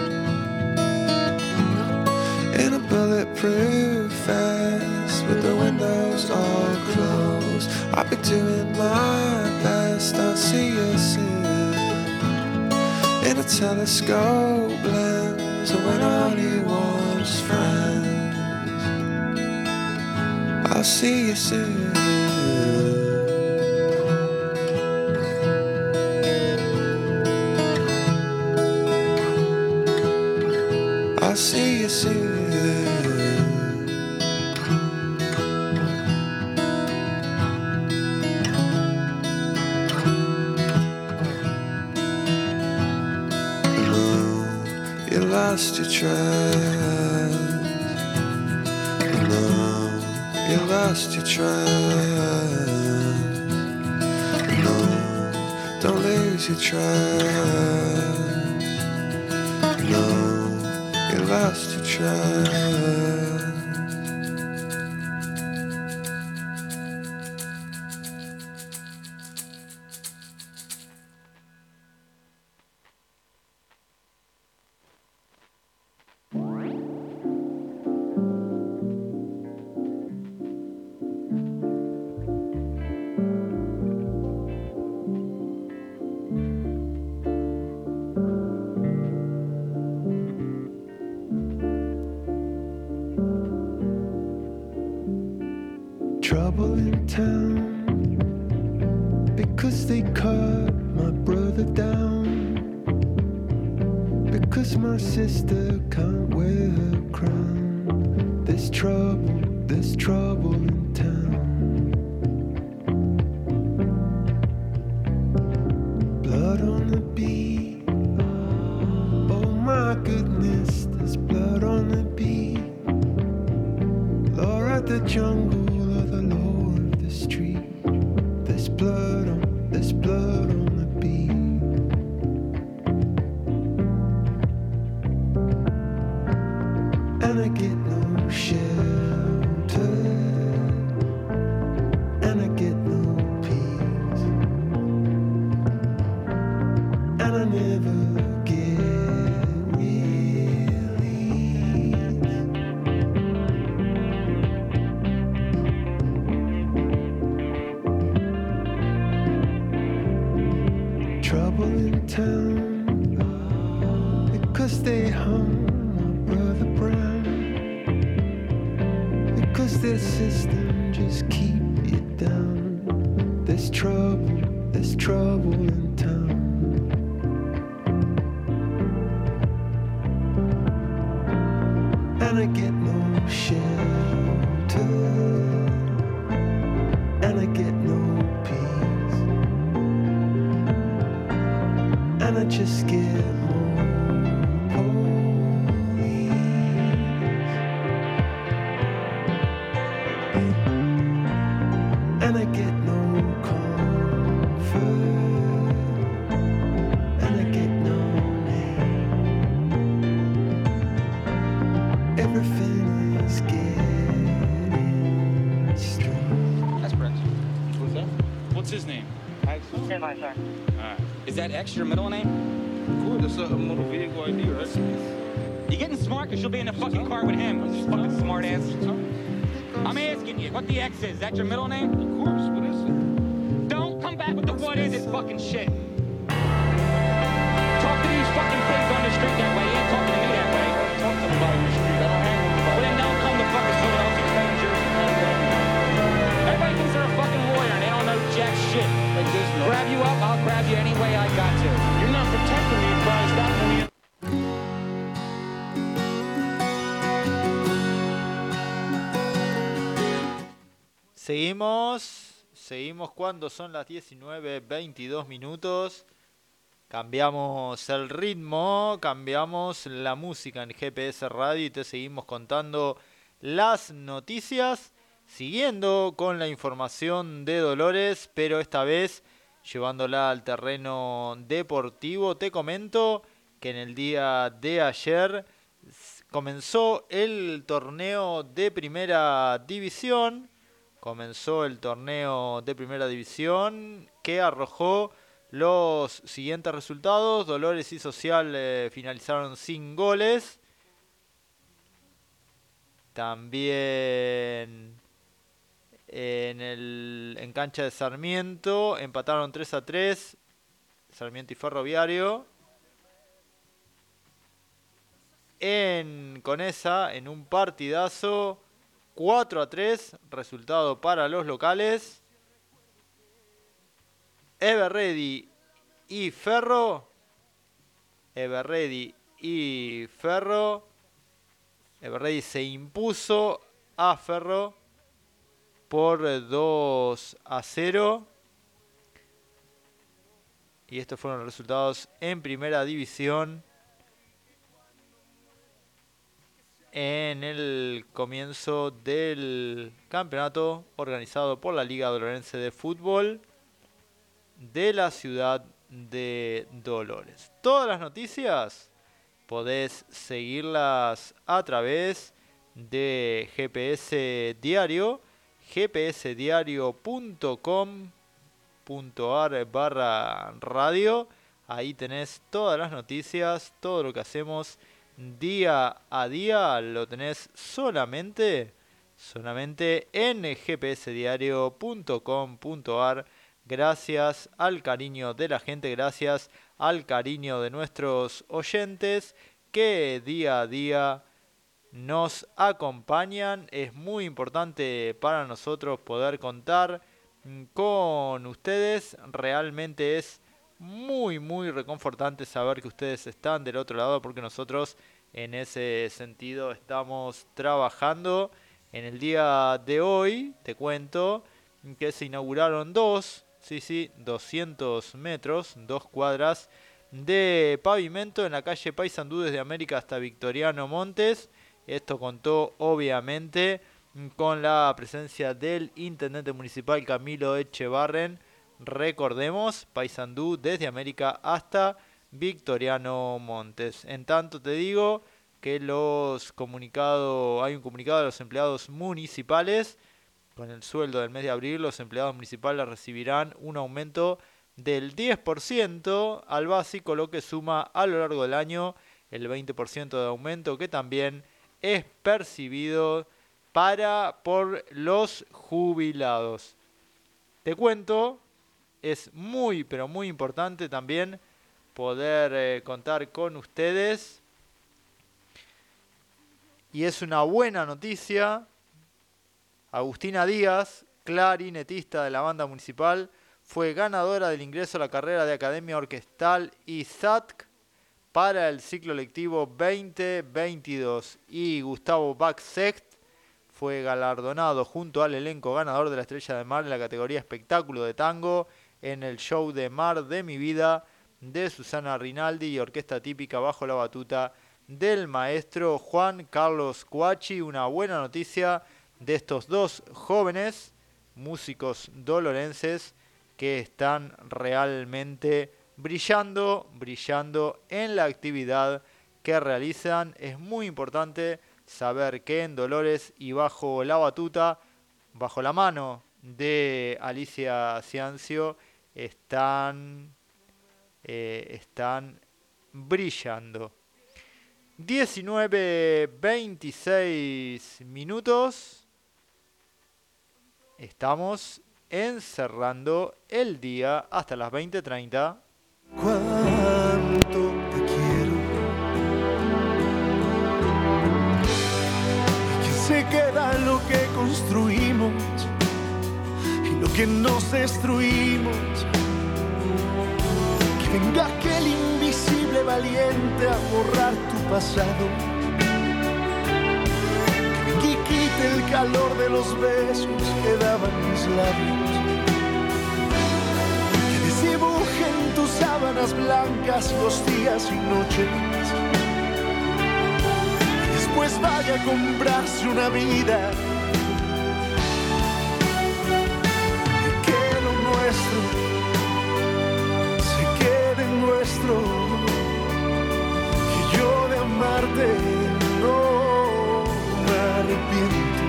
In a bulletproof vest with the windows all closed, I'll be doing my best. I'll see you soon. In a telescope lens, and when all you want is friends, I'll see you soon. I'll see you soon. You lost your trust. No, you lost your trust. No, don't lose your trust. No, you lost your trust. Trouble in town because they cut my brother down, because my sister can't wear her crown. There's trouble in town. Blood on the beat, oh my goodness, there's blood on the beat. Law at the jungle, the law of the street. There's blood on the beat. And I get no shelter, and I get no peace, and I never get released. Trouble in town because they hung my brother Brown, because their system just keep you down. There's trouble in town. And I get no shelter, and I get no peace, and I just get more police. And I get no comfort, and I get no name. Everything is getting strange. That's Prince. What's that? What's his name? Axel. All right. Is that X your middle name? Cool. That's a motor vehicle ID, right? You getting smart because you'll be in the fucking car with him. You fucking smart ass. I'm asking you, what the X is? Is that your middle name? Of course, what is it? Don't come back with the what is it fucking shit. Talk to these fucking kids on the street that way. You ain't talking to me that way. Talk to anybody in the street. I don't hang with Well, anybody. then don't come to fucking Philadelphia, strangers. Everybody thinks they're a fucking lawyer and they don't know jack shit. Like this, no. Grab you up, I'll grab you any way I got to. You're not protecting me by stopping me. Seguimos cuando son las 19:22 minutos. Cambiamos el ritmo, cambiamos la música en GPS Radio y te seguimos contando las noticias, siguiendo con la información de Dolores, pero esta vez llevándola al terreno deportivo. Te comento que en el día de ayer comenzó el torneo de Primera División. Que arrojó los siguientes resultados. Dolores y Social finalizaron sin goles. También en cancha de Sarmiento empataron 3-3 Sarmiento y Ferroviario. En Conesa, en un partidazo, 4-3, resultado para los locales. Everready y Ferro. Everready se impuso a Ferro por 2-0. Y estos fueron los resultados en Primera División en el comienzo del campeonato organizado por la Liga Dolorense de Fútbol de la ciudad de Dolores. Todas las noticias podés seguirlas a través de GPS Diario, gpsdiario.com.ar/radio. Ahí tenés todas las noticias, todo lo que hacemos día a día, lo tenés solamente en gpsdiario.com.ar. Gracias al cariño de la gente, gracias al cariño de nuestros oyentes que día a día nos acompañan. Es muy importante para nosotros poder contar con ustedes. Realmente es muy reconfortante saber que ustedes están del otro lado, porque nosotros en ese sentido estamos trabajando. En el día de hoy te cuento que se inauguraron 200 metros, 2 cuadras de pavimento en la calle Paysandú desde América hasta Victoriano Montes. Esto contó obviamente con la presencia del intendente municipal Camilo Echevarren. Recordemos, Paysandú desde América hasta Victoriano Montes. En tanto te digo que hay un comunicado de los empleados municipales. Con el sueldo del mes de abril, los empleados municipales recibirán un aumento del 10% al básico, lo que suma a lo largo del año el 20% de aumento que también es percibido por los jubilados. Te cuento, es muy importante también poder contar con ustedes, y es una buena noticia. Agustina Díaz, clarinetista de la banda municipal, fue ganadora del ingreso a la carrera de Academia Orquestal ISATC para el ciclo lectivo 2022. Y Gustavo Baxecht fue galardonado junto al elenco ganador de la Estrella de Mar en la categoría espectáculo de tango en el show de Mar de mi vida de Susana Rinaldi y orquesta típica bajo la batuta del maestro Juan Carlos Cuachi. Una buena noticia de estos dos jóvenes músicos dolorenses que están realmente brillando en la actividad que realizan. Es muy importante saber que en Dolores y bajo la batuta, bajo la mano de Alicia Ciancio, están brillando. 19:26 minutos. Estamos encerrando el día hasta las 20:30. Cuánto te quiero, y que se queda lo que construimos y lo que nos destruimos. Que venga aquel invisible valiente a borrar tu pasado, que venga y quite el calor de los besos que daban mis labios, que desdibuje en tus sábanas blancas los días y noches, y después vaya a comprarse una vida, y que lo nuestro se quede nuestro, que yo de amarte no me arrepiento,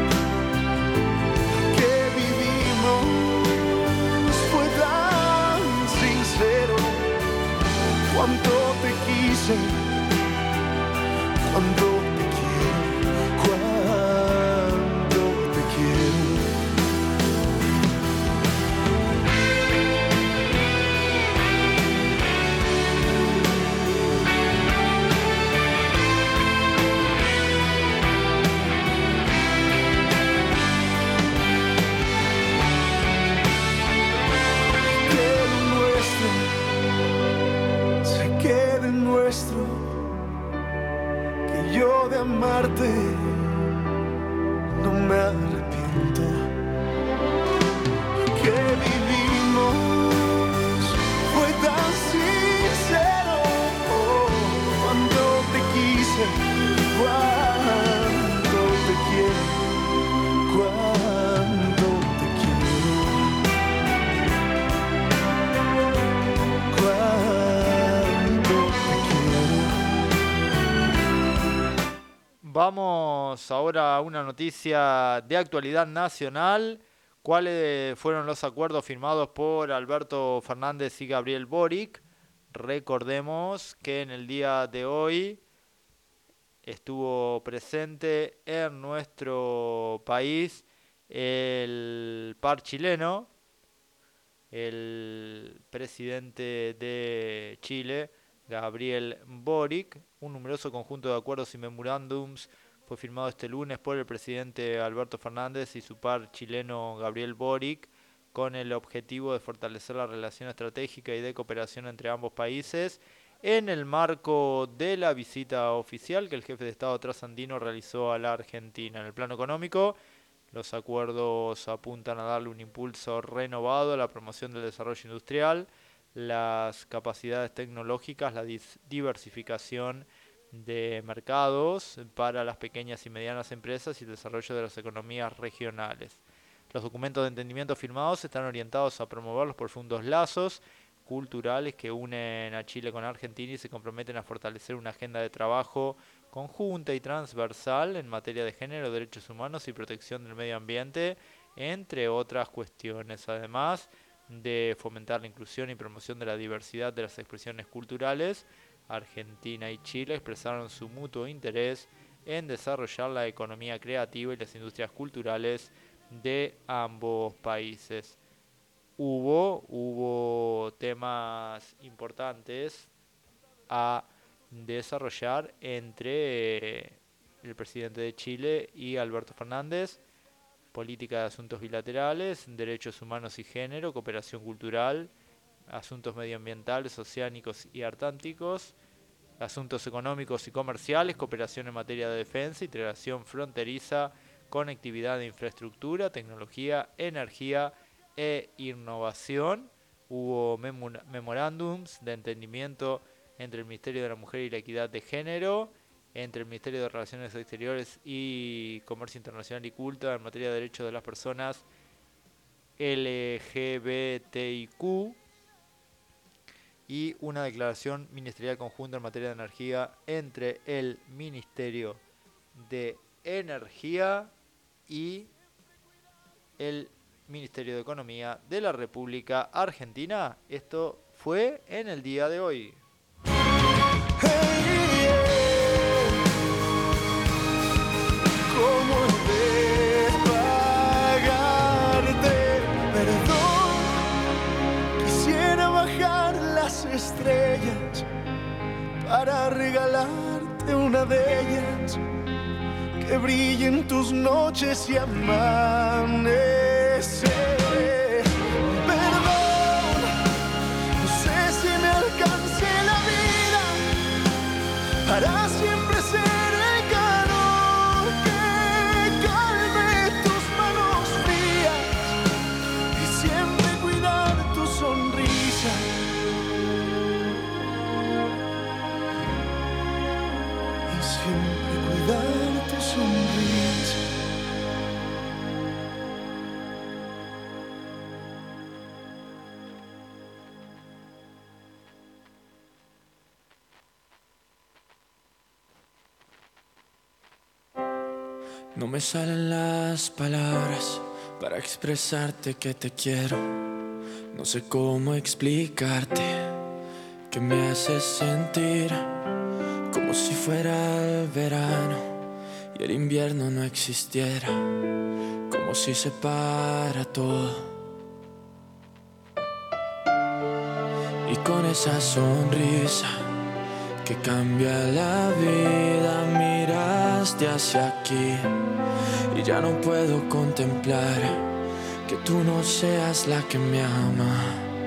que vivimos fue tan sincero, cuánto te quise, cuánto te quiero, cuánto te quiero. Que yo de amarte no me arrepiento, que vivimos fue tan sincero, cuando te quise, cuánto te quiero, cuánto te quiero, cuánto te quiero. Vamos ahora a una noticia de actualidad nacional. ¿Cuáles fueron los acuerdos firmados por Alberto Fernández y Gabriel Boric? Recordemos que en el día de hoy estuvo presente en nuestro país el par chileno, el presidente de Chile, Gabriel Boric. Un numeroso conjunto de acuerdos y memorándums fue firmado este lunes por el presidente Alberto Fernández y su par chileno Gabriel Boric, con el objetivo de fortalecer la relación estratégica y de cooperación entre ambos países en el marco de la visita oficial que el jefe de Estado trasandino realizó a la Argentina. En el plano económico, los acuerdos apuntan a darle un impulso renovado a la promoción del desarrollo industrial, las capacidades tecnológicas, la diversificación de mercados para las pequeñas y medianas empresas y el desarrollo de las economías regionales. Los documentos de entendimiento firmados están orientados a promover los profundos lazos culturales que unen a Chile con Argentina y se comprometen a fortalecer una agenda de trabajo conjunta y transversal en materia de género, derechos humanos y protección del medio ambiente, entre otras cuestiones. Además de fomentar la inclusión y promoción de la diversidad de las expresiones culturales, Argentina y Chile expresaron su mutuo interés en desarrollar la economía creativa y las industrias culturales de ambos países. Hubo temas importantes a desarrollar entre el presidente de Chile y Alberto Fernández: política de asuntos bilaterales, derechos humanos y género, cooperación cultural, asuntos medioambientales, oceánicos y antárticos, asuntos económicos y comerciales, cooperación en materia de defensa, integración fronteriza, conectividad de infraestructura, tecnología, energía e innovación. Hubo memorándums de entendimiento entre el Ministerio de la Mujer y la Equidad de Género, entre el Ministerio de Relaciones Exteriores y Comercio Internacional y Culto en materia de derechos de las personas LGBTIQ, y una declaración ministerial conjunta en materia de energía entre el Ministerio de Energía y el Ministerio de Economía de la República Argentina. Esto fue en el día de hoy. Hey, yeah. ¿Cómo he de pagarte perdón? Quisiera bajar las estrellas para regalarte una de ellas, que brillen tus noches y amanecer. Perdón, no sé si me alcance la vida para siempre ser el calor que calme tus manos frías y siempre cuidar tu sonrisa. Y siempre cuidar tu sonrisa. No me salen las palabras para expresarte que te quiero. No sé cómo explicarte que me haces sentir como si fuera el verano y el invierno no existiera, como si se para todo. Y con esa sonrisa que cambia la vida, miraste hacia aquí y ya no puedo contemplar que tú no seas la que me ama.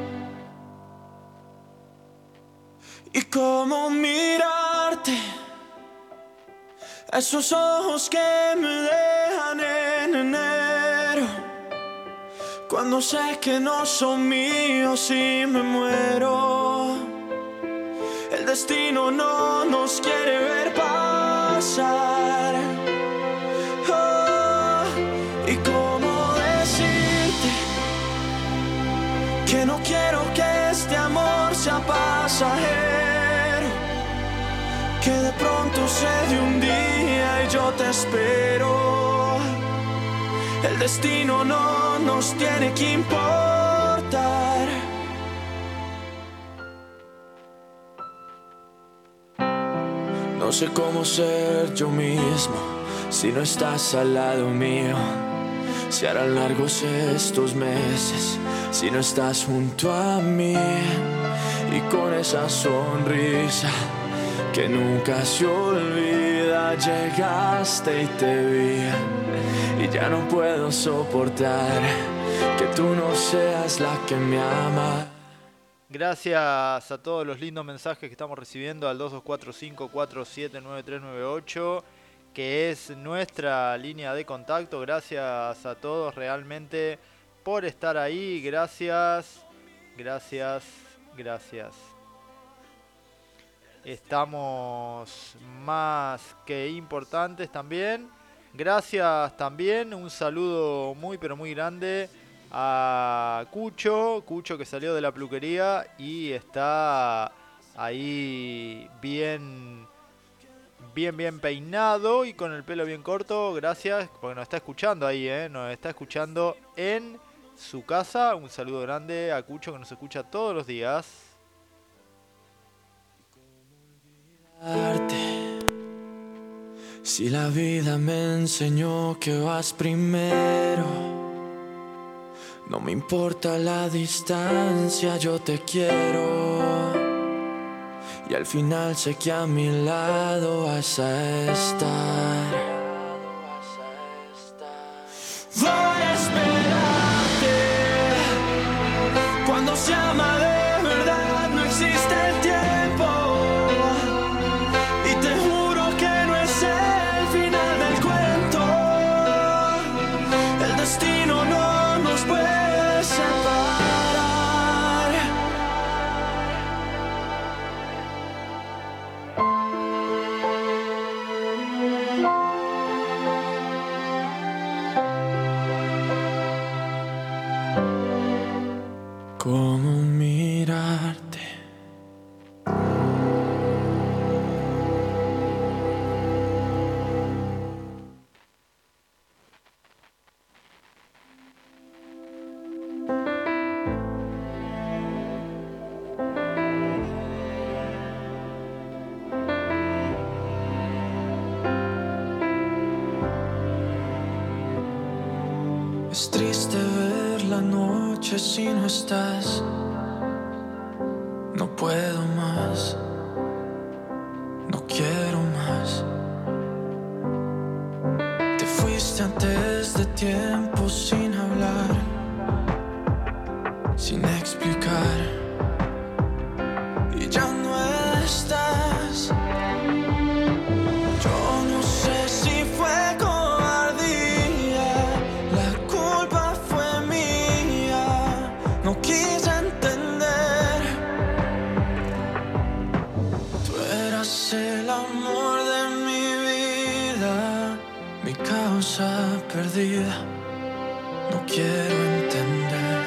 Y cómo mirarte, esos ojos que me dejan en enero, cuando sé que no son míos y me muero. El destino no nos quiere ver pasar. Oh, y cómo decirte que no quiero que este amor sea pasajero, que de pronto se dé un día y yo te espero. El destino no nos tiene que importar. No sé cómo ser yo mismo si no estás al lado mío. Se harán largos estos meses si no estás junto a mí. Y con esa sonrisa que nunca se olvida, llegaste y te vi. Y ya no puedo soportar que tú no seas la que me ama. Gracias a todos los lindos mensajes que estamos recibiendo al 2245479398, que es nuestra línea de contacto. Gracias a todos realmente por estar ahí. Gracias. Estamos más que importantes también. Gracias también. Un saludo muy pero muy grande a Cucho que salió de la peluquería y está ahí bien peinado y con el pelo bien corto. Gracias, porque nos está escuchando ahí, nos está escuchando en su casa. Un saludo grande a Cucho, que nos escucha todos los días. Si la vida me enseñó que vas primero, no me importa la distancia, yo te quiero. Y al final sé que a mi lado vas a estar. Voy a esperarte. Cuando se ama de verdad no existe el tiempo. Y te juro que no es el final del cuento. El destino no nos puede separar. dejaste ver la noche si no estás. No puedo más, no quiero más. Te fuiste antes de tiempo sin hablar, sin explicar, y ya no estás. Yo no sé si fue cobardía, la culpa fue mía, no quise entender. Tú eras el amor de mi vida, mi causa perdida, no quiero entender.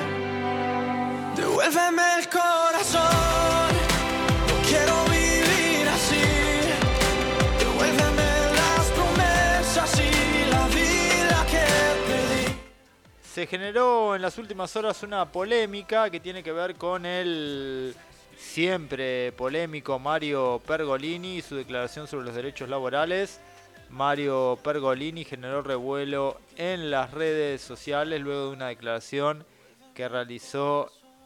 Devuélveme el corazón, no quiero vivir así. Devuélveme las promesas y la vida que perdí. Se generó en las últimas horas una polémica que tiene que ver con el siempre polémico Mario Pergolini y su declaración sobre los derechos laborales. Mario Pergolini generó revuelo en las redes sociales luego de una declaración que realizó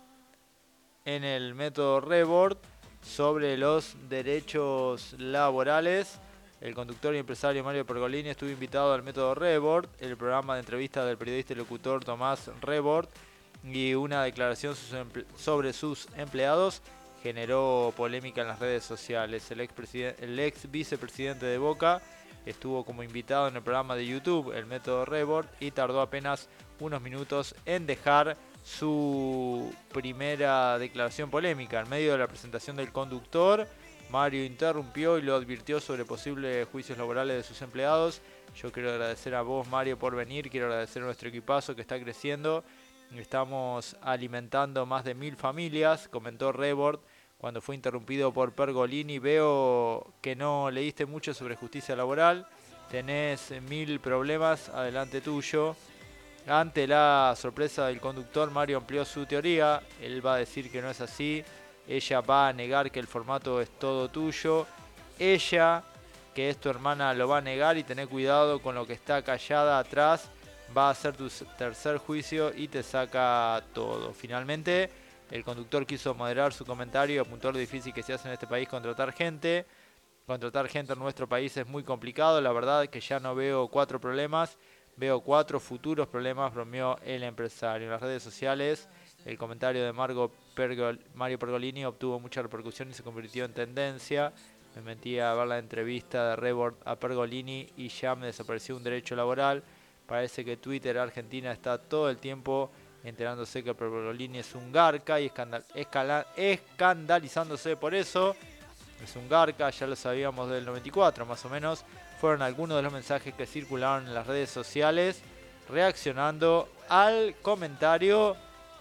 en el método Rebord sobre los derechos laborales. El conductor y empresario Mario Pergolini estuvo invitado al método Rebord, el programa de entrevista del periodista y locutor Tomás Rebord, y una declaración sobre sus empleados generó polémica en las redes sociales. El ex vicepresidente de Boca estuvo como invitado en el programa de YouTube, el método Rebord, y tardó apenas unos minutos en dejar su primera declaración polémica. En medio de la presentación del conductor, Mario interrumpió y lo advirtió sobre posibles juicios laborales de sus empleados. Yo quiero agradecer a vos, Mario, por venir. Quiero agradecer a nuestro equipazo que está creciendo. Estamos alimentando más de 1000 familias, comentó Rebord cuando fue interrumpido por Pergolini. Veo que no leíste mucho sobre justicia laboral. Tenés 1000 problemas adelante tuyo. Ante la sorpresa del conductor, Mario amplió su teoría. Él va a decir que no es así. Ella va a negar que el formato es todo tuyo. Ella, que es tu hermana, lo va a negar, y tené cuidado con lo que está callada atrás. Va a hacer tu tercer juicio y te saca todo. Finalmente, el conductor quiso moderar su comentario y apuntó lo difícil que se hace en este país contratar gente. Contratar gente en nuestro país es muy complicado. La verdad es que ya no veo 4 problemas. Veo 4 futuros problemas, bromeó el empresario. En las redes sociales, el comentario de Mario Pergolini obtuvo mucha repercusión y se convirtió en tendencia. Me metí a ver la entrevista de Rebord a Pergolini y ya me desapareció un derecho laboral. Parece que Twitter Argentina está todo el tiempo enterándose que Pergolini es un garca y escandalizándose por eso. Es un garca, ya lo sabíamos del 94 más o menos. Fueron algunos de los mensajes que circularon en las redes sociales reaccionando al comentario.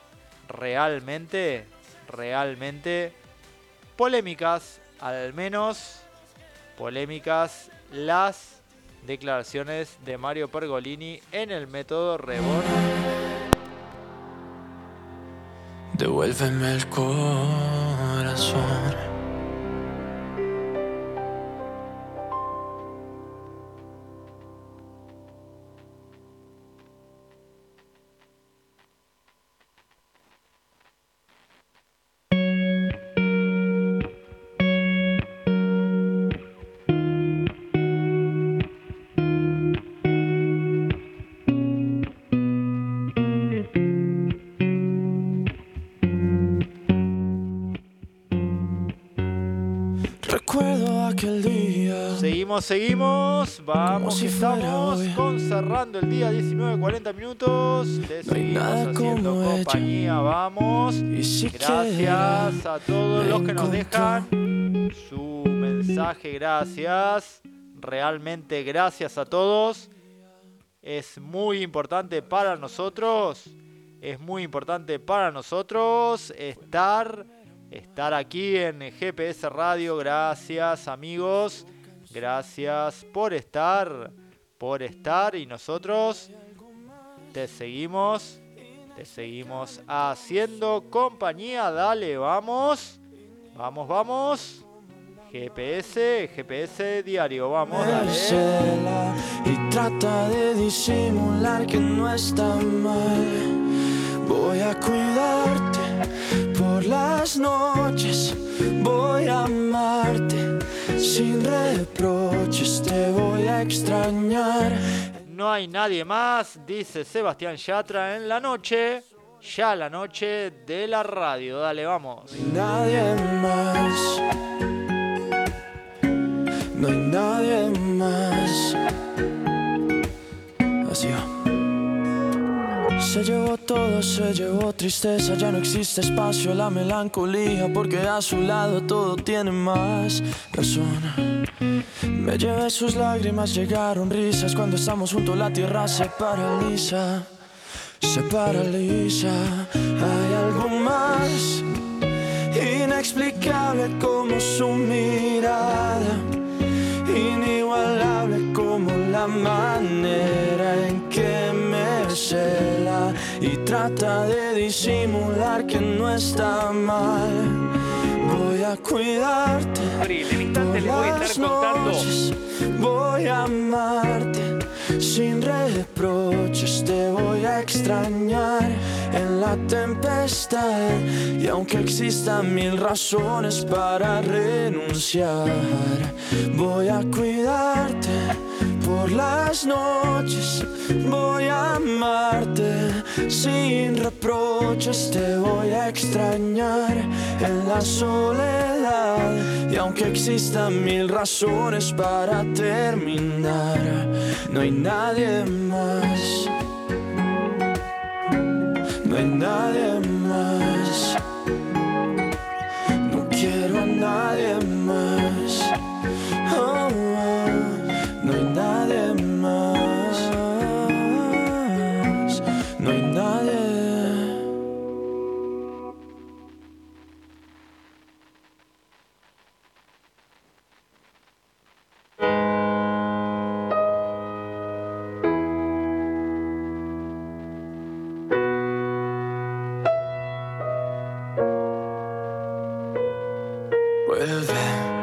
Realmente polémicas, al menos polémicas las declaraciones de Mario Pergolini en el método Rebord. Devuélveme el corazón. Recuerdo aquel día. Seguimos. Vamos, si estamos fuera hoy. cerrando el día, 19:40 minutos. Te No hay seguimos nada haciendo como compañía. Vamos. Y si Gracias a todos me los que nos encontró. dejan su mensaje. Gracias. Realmente gracias a todos. Es muy importante para nosotros. Es muy importante para nosotros estar aquí en GPS Radio. Gracias, amigos. Gracias por estar. Y nosotros te seguimos haciendo compañía. Dale, vamos. GPS diario, vamos, dale. Cela y trata de disimular que no está mal. Voy a cuidarte por las noches, voy a amarte sin reproches, te voy a extrañar. No hay nadie más, dice Sebastián Yatra en la noche, ya la noche de la radio, dale, vamos. Nadie más, no hay nadie más. Así va. Se llevó todo, se llevó tristeza, ya no existe espacio a la melancolía, porque a su lado todo tiene más razón. Me llevé sus lágrimas, llegaron risas, cuando estamos juntos la tierra se paraliza, se paraliza. Hay algo más inexplicable como su mirada, inigualable como la manera en que me cela y trata de disimular que no está mal. Voy a cuidarte por las noches, voy a amarte sin reproches, te voy a extrañar en la tempestad. Y aunque existan mil razones para renunciar, voy a cuidarte por las noches, voy a amarte sin reproches, te voy a extrañar en la soledad. Y aunque existan mil razones para terminar, no hay nadie más, no hay nadie más, no quiero a nadie más. Oh, no hay nadie más, no hay nadie. Vuelve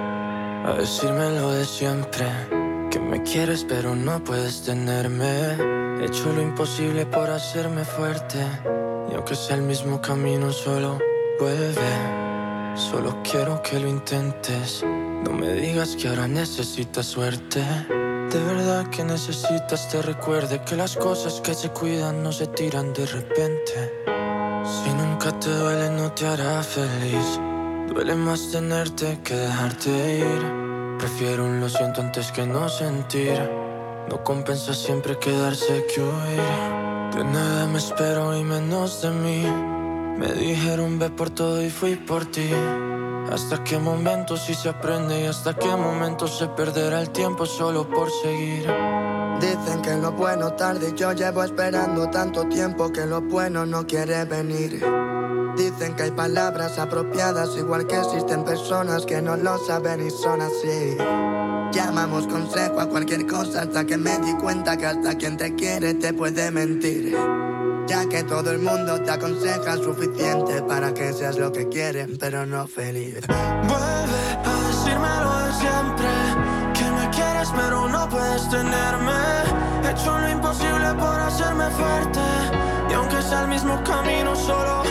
a decirme lo de siempre, que me quieres pero no puedes tenerme. He hecho lo imposible por hacerme fuerte, y aunque sea el mismo camino solo vuelve. Solo quiero que lo intentes, no me digas que ahora necesitas suerte. De verdad que necesitas te recuerde que las cosas que se cuidan no se tiran de repente. Si nunca te duele no te hará feliz, duele más tenerte que dejarte ir. Prefiero un lo siento antes que no sentir. No compensa siempre quedarse que huir. De nada me espero y menos de mí. Me dijeron ve por todo y fui por ti. Hasta qué momento sí se aprende y hasta qué momento se perderá el tiempo solo por seguir. Dicen que lo bueno tarde y yo llevo esperando tanto tiempo que lo bueno no quiere venir. Dicen que hay palabras apropiadas, igual que existen personas que no lo saben y son así. Llamamos consejo a cualquier cosa hasta que me di cuenta que hasta quien te quiere te puede mentir. Ya que todo el mundo te aconseja suficiente para que seas lo que quieren, pero no feliz. Vuelve a decirme lo de siempre, que me quieres pero no puedes tenerme. He hecho lo imposible por hacerme fuerte, y aunque sea el mismo camino solo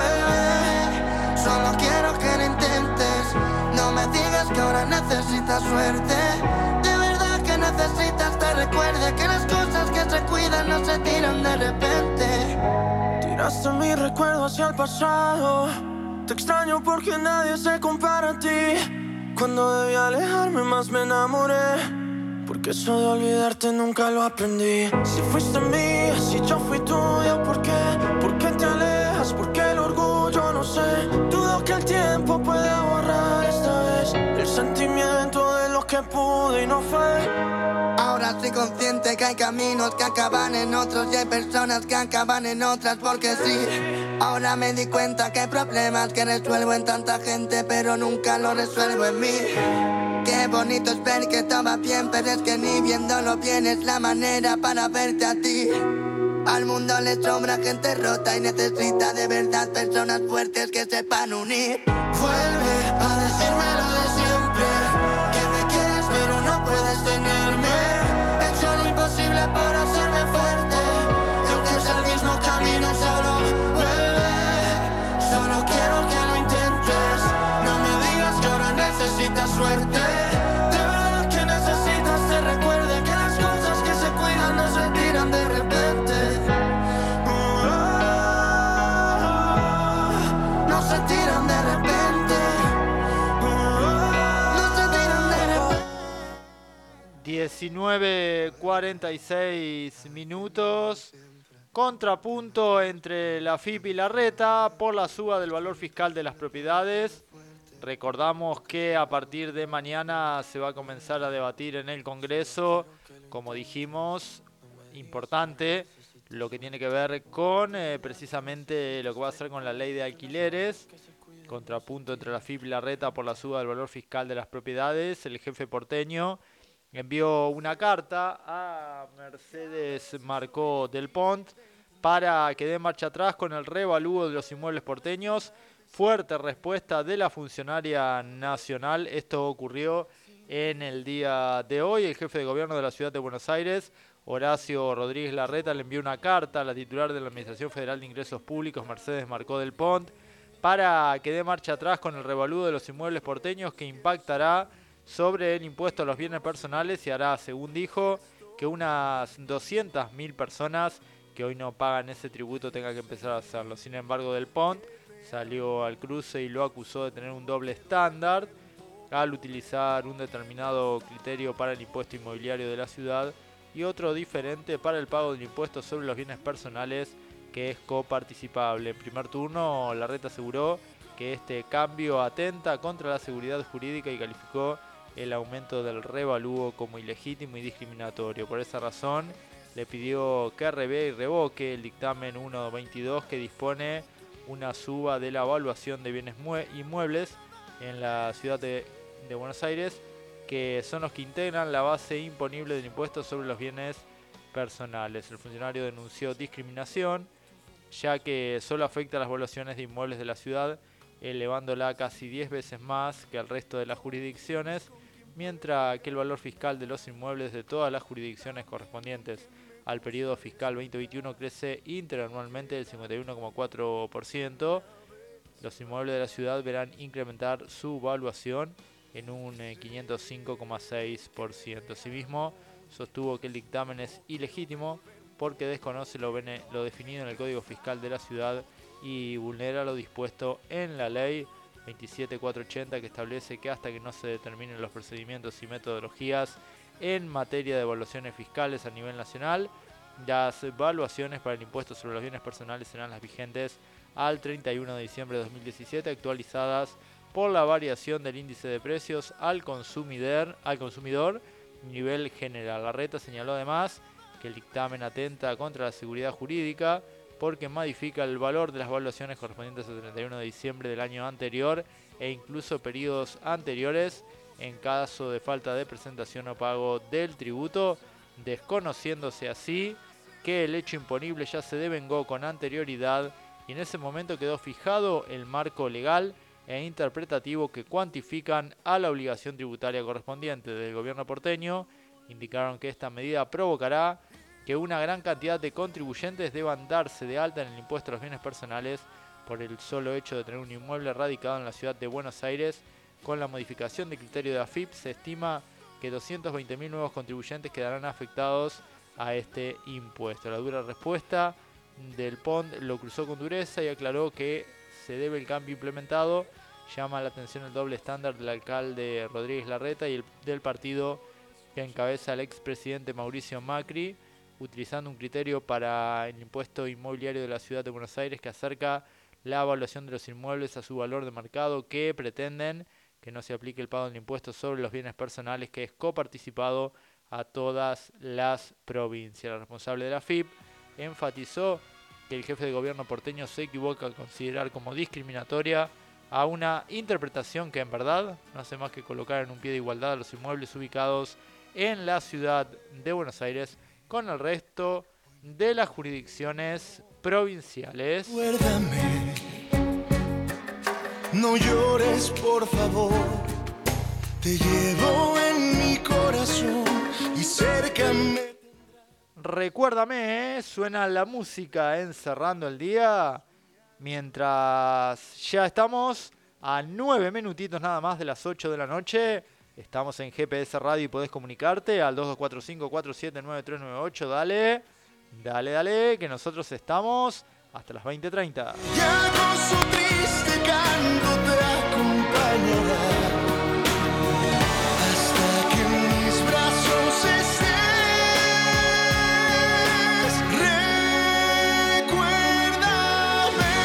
vuelve. Solo quiero que lo intentes, no me digas que ahora necesitas suerte. De verdad que necesitas te recuerde que las cosas que se cuidan no se tiran de repente. Tiraste mi recuerdo hacia el pasado, te extraño porque nadie se compara a ti. Cuando debí alejarme más me enamoré, porque eso de olvidarte nunca lo aprendí. Si fuiste mía, si yo fui tuya, ¿por qué? ¿Por qué te alejas? ¿Por qué el orgullo? No sé. Dudo que el tiempo pueda borrar esta vez el sentimiento de lo que pude y no fue. Ahora estoy consciente que hay caminos que acaban en otros y hay personas que acaban en otras porque sí. Ahora me di cuenta que hay problemas que resuelvo en tanta gente pero nunca lo resuelvo en mí. Qué bonito es ver que todo va bien, pero es que ni viéndolo bien es la manera para verte a ti. Al mundo le sobra gente rota y necesita de verdad personas fuertes que sepan unir. Vuelve a decirme lo de siempre, suerte. De verdad que necesitas se recuerde que las cosas que se cuidan no se tiran de repente. No se tiran de repente. No se tiran de repente. 19:46 minutos. Contrapunto entre la FIP y la Reta por la suba del valor fiscal de las propiedades. Recordamos que a partir de mañana se va a comenzar a debatir en el Congreso, como dijimos, importante, lo que tiene que ver con precisamente lo que va a hacer con la ley de alquileres. Contrapunto entre la FIP y la Reta por la suba del valor fiscal de las propiedades. El jefe porteño envió una carta a Mercedes Marcó del Pont para que dé marcha atrás con el revalúo de los inmuebles porteños. Fuerte respuesta de la funcionaria nacional. Esto ocurrió en el día de hoy. El jefe de gobierno de la ciudad de Buenos Aires, Horacio Rodríguez Larreta, le envió una carta a la titular de la Administración Federal de Ingresos Públicos, Mercedes Marcó del Pont, para que dé marcha atrás con el revalúo de los inmuebles porteños que impactará sobre el impuesto a los bienes personales y hará, según dijo, que unas 200.000 personas que hoy no pagan ese tributo tengan que empezar a hacerlo. Sin embargo, Del Pont salió al cruce y lo acusó de tener un doble estándar al utilizar un determinado criterio para el impuesto inmobiliario de la ciudad y otro diferente para el pago del impuesto sobre los bienes personales, que es coparticipable. En primer turno, Larreta aseguró que este cambio atenta contra la seguridad jurídica y calificó el aumento del revalúo como ilegítimo y discriminatorio. Por esa razón, le pidió que revoque el dictamen 122 que dispone una suba de la evaluación de bienes inmuebles en la ciudad de Buenos Aires, que son los que integran la base imponible del impuesto sobre los bienes personales. El funcionario denunció discriminación, ya que solo afecta a las evaluaciones de inmuebles de la ciudad, elevándola casi 10 veces más que al resto de las jurisdicciones, mientras que el valor fiscal de los inmuebles de todas las jurisdicciones correspondientes al periodo fiscal 2021 crece interanualmente del 51,4%. Los inmuebles de la ciudad verán incrementar su valuación en un 505,6%. Asimismo, sostuvo que el dictamen es ilegítimo porque desconoce lo definido en el Código Fiscal de la ciudad y vulnera lo dispuesto en la ley 27480, que establece que hasta que no se determinen los procedimientos y metodologías en materia de evaluaciones fiscales a nivel nacional, las evaluaciones para el impuesto sobre los bienes personales serán las vigentes al 31 de diciembre de 2017, actualizadas por la variación del índice de precios al consumidor nivel general. Larreta señaló además que el dictamen atenta contra la seguridad jurídica porque modifica el valor de las evaluaciones correspondientes al 31 de diciembre del año anterior e incluso periodos anteriores en caso de falta de presentación o pago del tributo, desconociéndose así que el hecho imponible ya se devengó con anterioridad y en ese momento quedó fijado el marco legal e interpretativo que cuantifican a la obligación tributaria correspondiente. Del gobierno porteño indicaron que esta medida provocará que una gran cantidad de contribuyentes deban darse de alta en el impuesto a los bienes personales por el solo hecho de tener un inmueble radicado en la ciudad de Buenos Aires. Con la modificación del criterio de AFIP se estima que 220.000 nuevos contribuyentes quedarán afectados a este impuesto. La dura respuesta del Pont lo cruzó con dureza y aclaró que se debe el cambio implementado. Llama la atención el doble estándar del alcalde Rodríguez Larreta y del partido que encabeza el expresidente Mauricio Macri, utilizando un criterio para el impuesto inmobiliario de la ciudad de Buenos Aires que acerca la evaluación de los inmuebles a su valor de mercado, que pretenden que no se aplique el pago del impuesto sobre los bienes personales, que es coparticipado a todas las provincias. La responsable de la FIP enfatizó que el jefe de gobierno porteño se equivoca al considerar como discriminatoria a una interpretación que en verdad no hace más que colocar en un pie de igualdad a los inmuebles ubicados en la ciudad de Buenos Aires con el resto de las jurisdicciones provinciales. Recuérdame, no llores por favor, te llevo en mi corazón y cerca me... Recuérdame, suena la música en Cerrando el Día, mientras ya estamos a 9 minutitos nada más de las 8 de la noche. Estamos en GPS Radio y podés comunicarte al 2245-479398. Dale, dale, dale, que nosotros estamos hasta las 20:30. Ya con su triste canto te acompañará hasta que en mis brazos estés. Recuérdame.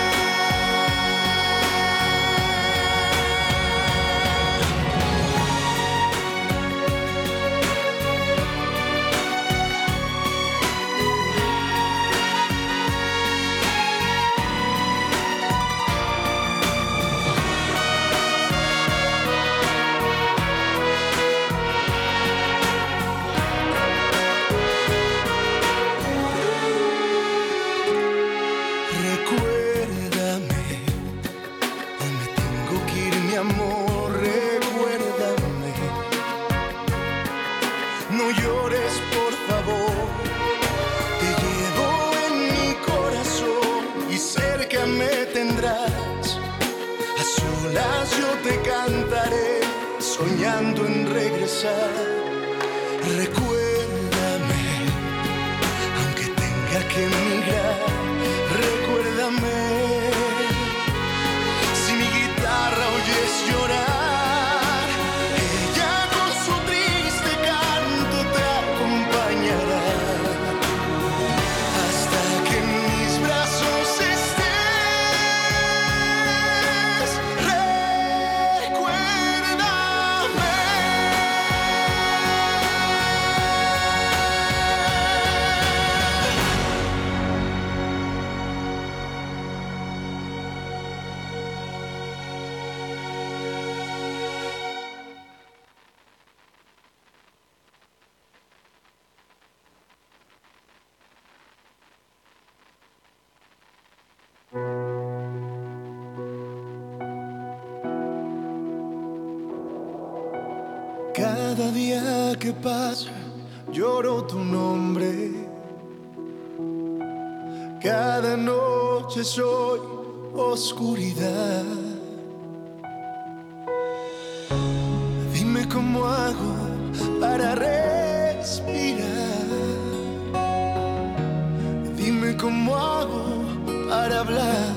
Recuérdame, hoy me tengo que ir, mi amor, recuérdame. No llores, por favor, te llevo en mi corazón y cerca me tendrás. A solas yo te cantaré, soñando en regresar. Recuérdame, aunque tenga que emigrar. Recuérdame, si mi guitarra oyes llorar, ella con su triste canto te acompañará hasta que en mis brazos estés. Recuérdame. Cada día que pasa lloro tu nombre. Cada noche soy oscuridad. Dime cómo hago para respirar. Dime cómo hago para hablar.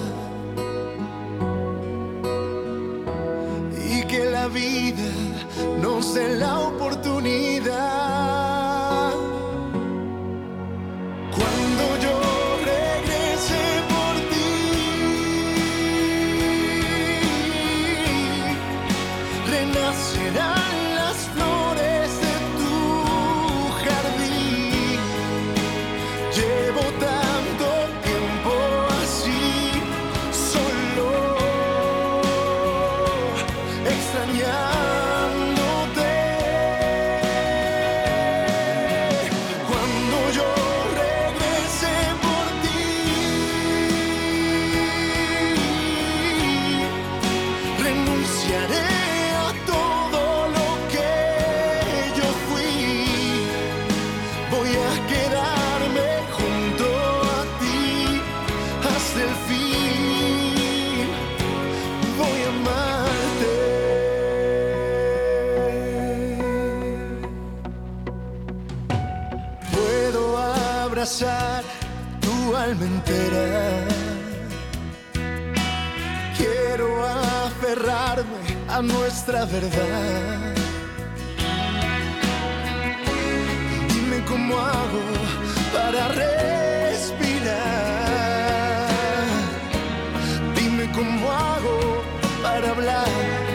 Y que la vida nos dé la oportunidad. Cuando yo regrese por ti, renacerán las flores de tu jardín. Llevo tanto tiempo así, solo extrañándote. Cuando yo regrese por ti, renunciaré a todo lo que yo fui. Voy a quedarme junto a ti hasta el fin. Voy a amarte. Puedo abrazar tu alma entera. Quiero aferrarme a nuestra verdad. Dime cómo hago para respirar. Dime cómo hago para hablar.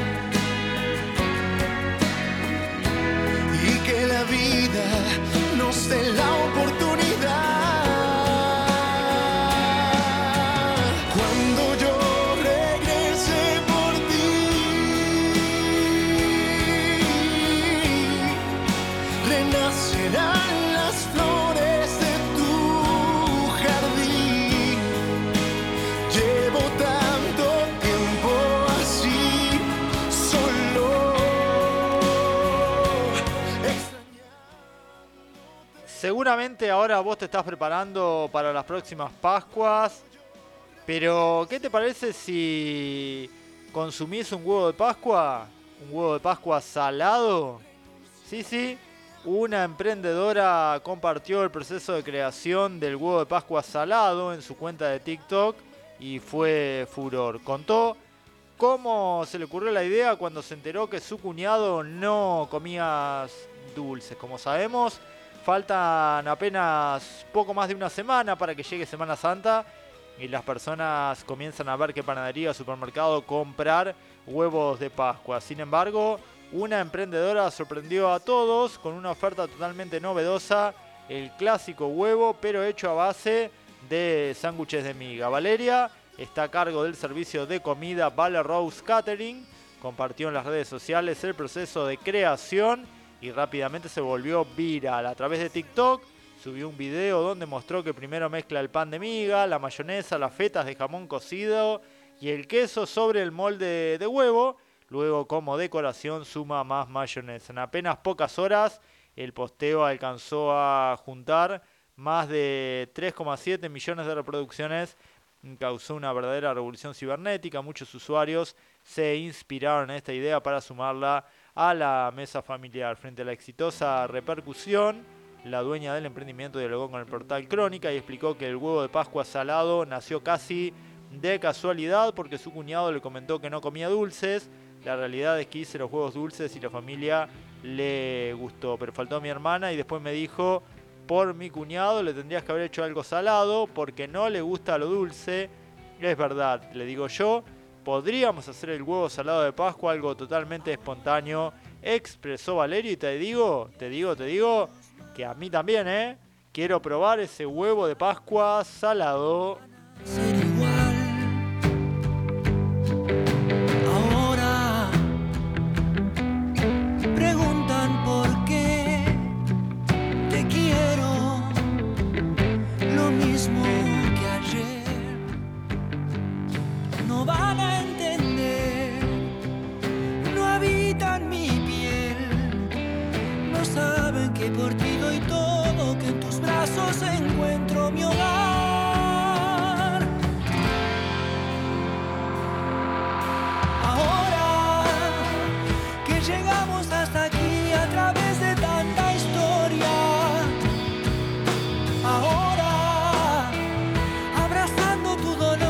Y que la vida nos dé la oportunidad. Cuando yo regrese por ti, renacerán las flores de tu jardín. Llevo tanto tiempo así, solo Seguramente ahora vos te estás preparando para las próximas Pascuas, pero ¿qué te parece si ¿Consumís un huevo de Pascua? ¿Un huevo de Pascua salado? Sí. Una emprendedora compartió el proceso de creación del huevo de Pascua salado en su cuenta de TikTok y fue furor. Contó cómo se le ocurrió la idea cuando se enteró que su cuñado no comía dulces. Como sabemos, faltan apenas poco más de una semana para que llegue Semana Santa y las personas comienzan a ver qué panadería o supermercado comprar huevos de Pascua. Sin embargo, una emprendedora sorprendió a todos con una oferta totalmente novedosa, el clásico huevo, pero hecho a base de sándwiches de miga. Valeria está a cargo del servicio de comida Vale Rose Catering. Compartió en las redes sociales el proceso de creación y rápidamente se volvió viral. A través de TikTok subió un video donde mostró que primero mezcla el pan de miga, la mayonesa, las fetas de jamón cocido y el queso sobre el molde de huevo. Luego, como decoración, suma más mayonesa. En apenas pocas horas, el posteo alcanzó a juntar más de 3,7 millones de reproducciones. Causó una verdadera revolución cibernética. Muchos usuarios se inspiraron en esta idea para sumarla a la mesa familiar. Frente a la exitosa repercusión, la dueña del emprendimiento dialogó con el portal Crónica y explicó que el huevo de Pascua salado nació casi de casualidad porque su cuñado le comentó que no comía dulces. La realidad es que hice los huevos dulces y la familia le gustó, pero faltó mi hermana y después me dijo, por mi cuñado le tendrías que haber hecho algo salado porque no le gusta lo dulce. Es verdad, le digo yo, podríamos hacer el huevo salado de Pascua, algo totalmente espontáneo, expresó Valeria, y te digo que a mí también, quiero probar ese huevo de Pascua salado. Van a entender, no habitan mi piel, no saben que por ti doy todo, que en tus brazos encuentro mi hogar. Ahora que llegamos hasta aquí a través de tanta historia, ahora abrazando tu dolor,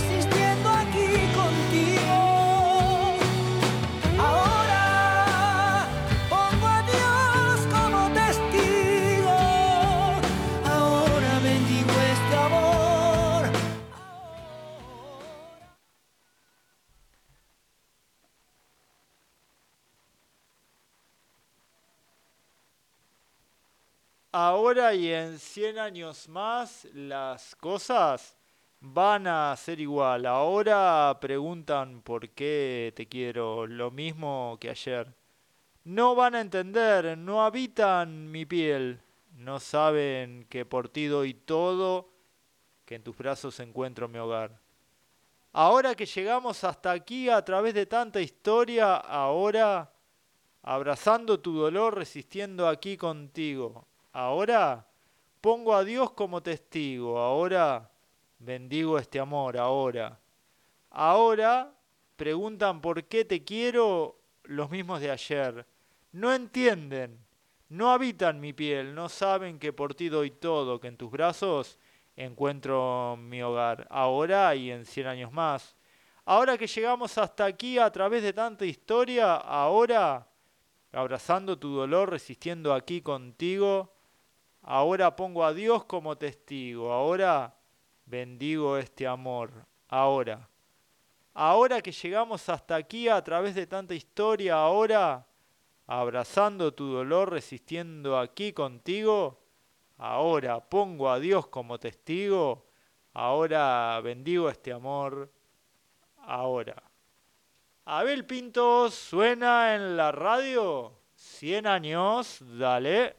Ahora y en 100 años más las cosas van a ser igual. Ahora preguntan por qué te quiero, lo mismo que ayer. No van a entender, no habitan mi piel. No saben que por ti doy todo, que en tus brazos encuentro mi hogar. Ahora que llegamos hasta aquí a través de tanta historia, ahora abrazando tu dolor, resistiendo aquí contigo. Ahora pongo a Dios como testigo, ahora bendigo este amor, ahora. Ahora preguntan por qué te quiero los mismos de ayer. No entienden, no habitan mi piel, no saben que por ti doy todo, que en tus brazos encuentro mi hogar. Ahora y en 100 años más. Ahora que llegamos hasta aquí a través de tanta historia, ahora abrazando tu dolor, resistiendo aquí contigo. Ahora pongo a Dios como testigo, ahora bendigo este amor, ahora. Ahora que llegamos hasta aquí a través de tanta historia, ahora abrazando tu dolor, resistiendo aquí contigo. Ahora pongo a Dios como testigo, ahora bendigo este amor, ahora. Abel Pintos suena en la radio, 100 años, dale.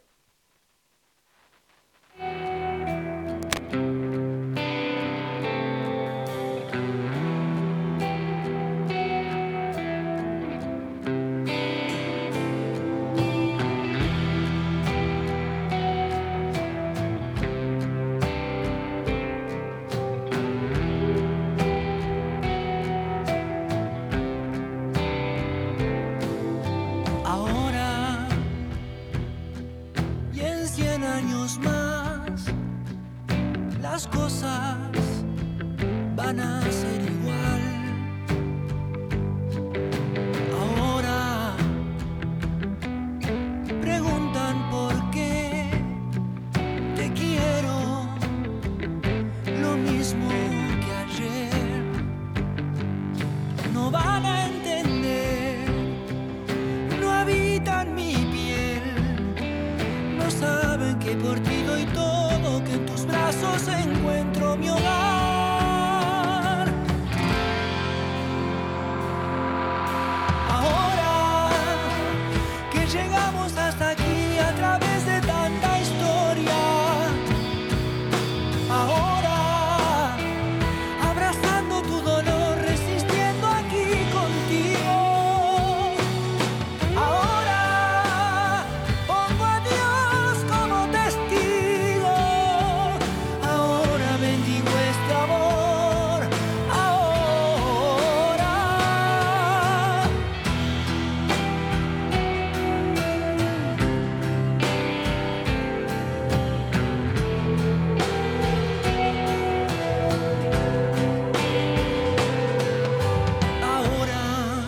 las cosas van a ser igual. Ahora preguntan por qué te quiero lo mismo que ayer. No van a entender, no habitan mi piel, no saben que por ti doy todo, que en tus brazos encuentro mi hogar. Ahora que llegamos hasta aquí a través de tanta historia, ahora abrazando tu dolor, resistiendo aquí contigo. Ahora pongo a Dios como testigo. Ahora bendigo este amor. Ahora. Ahora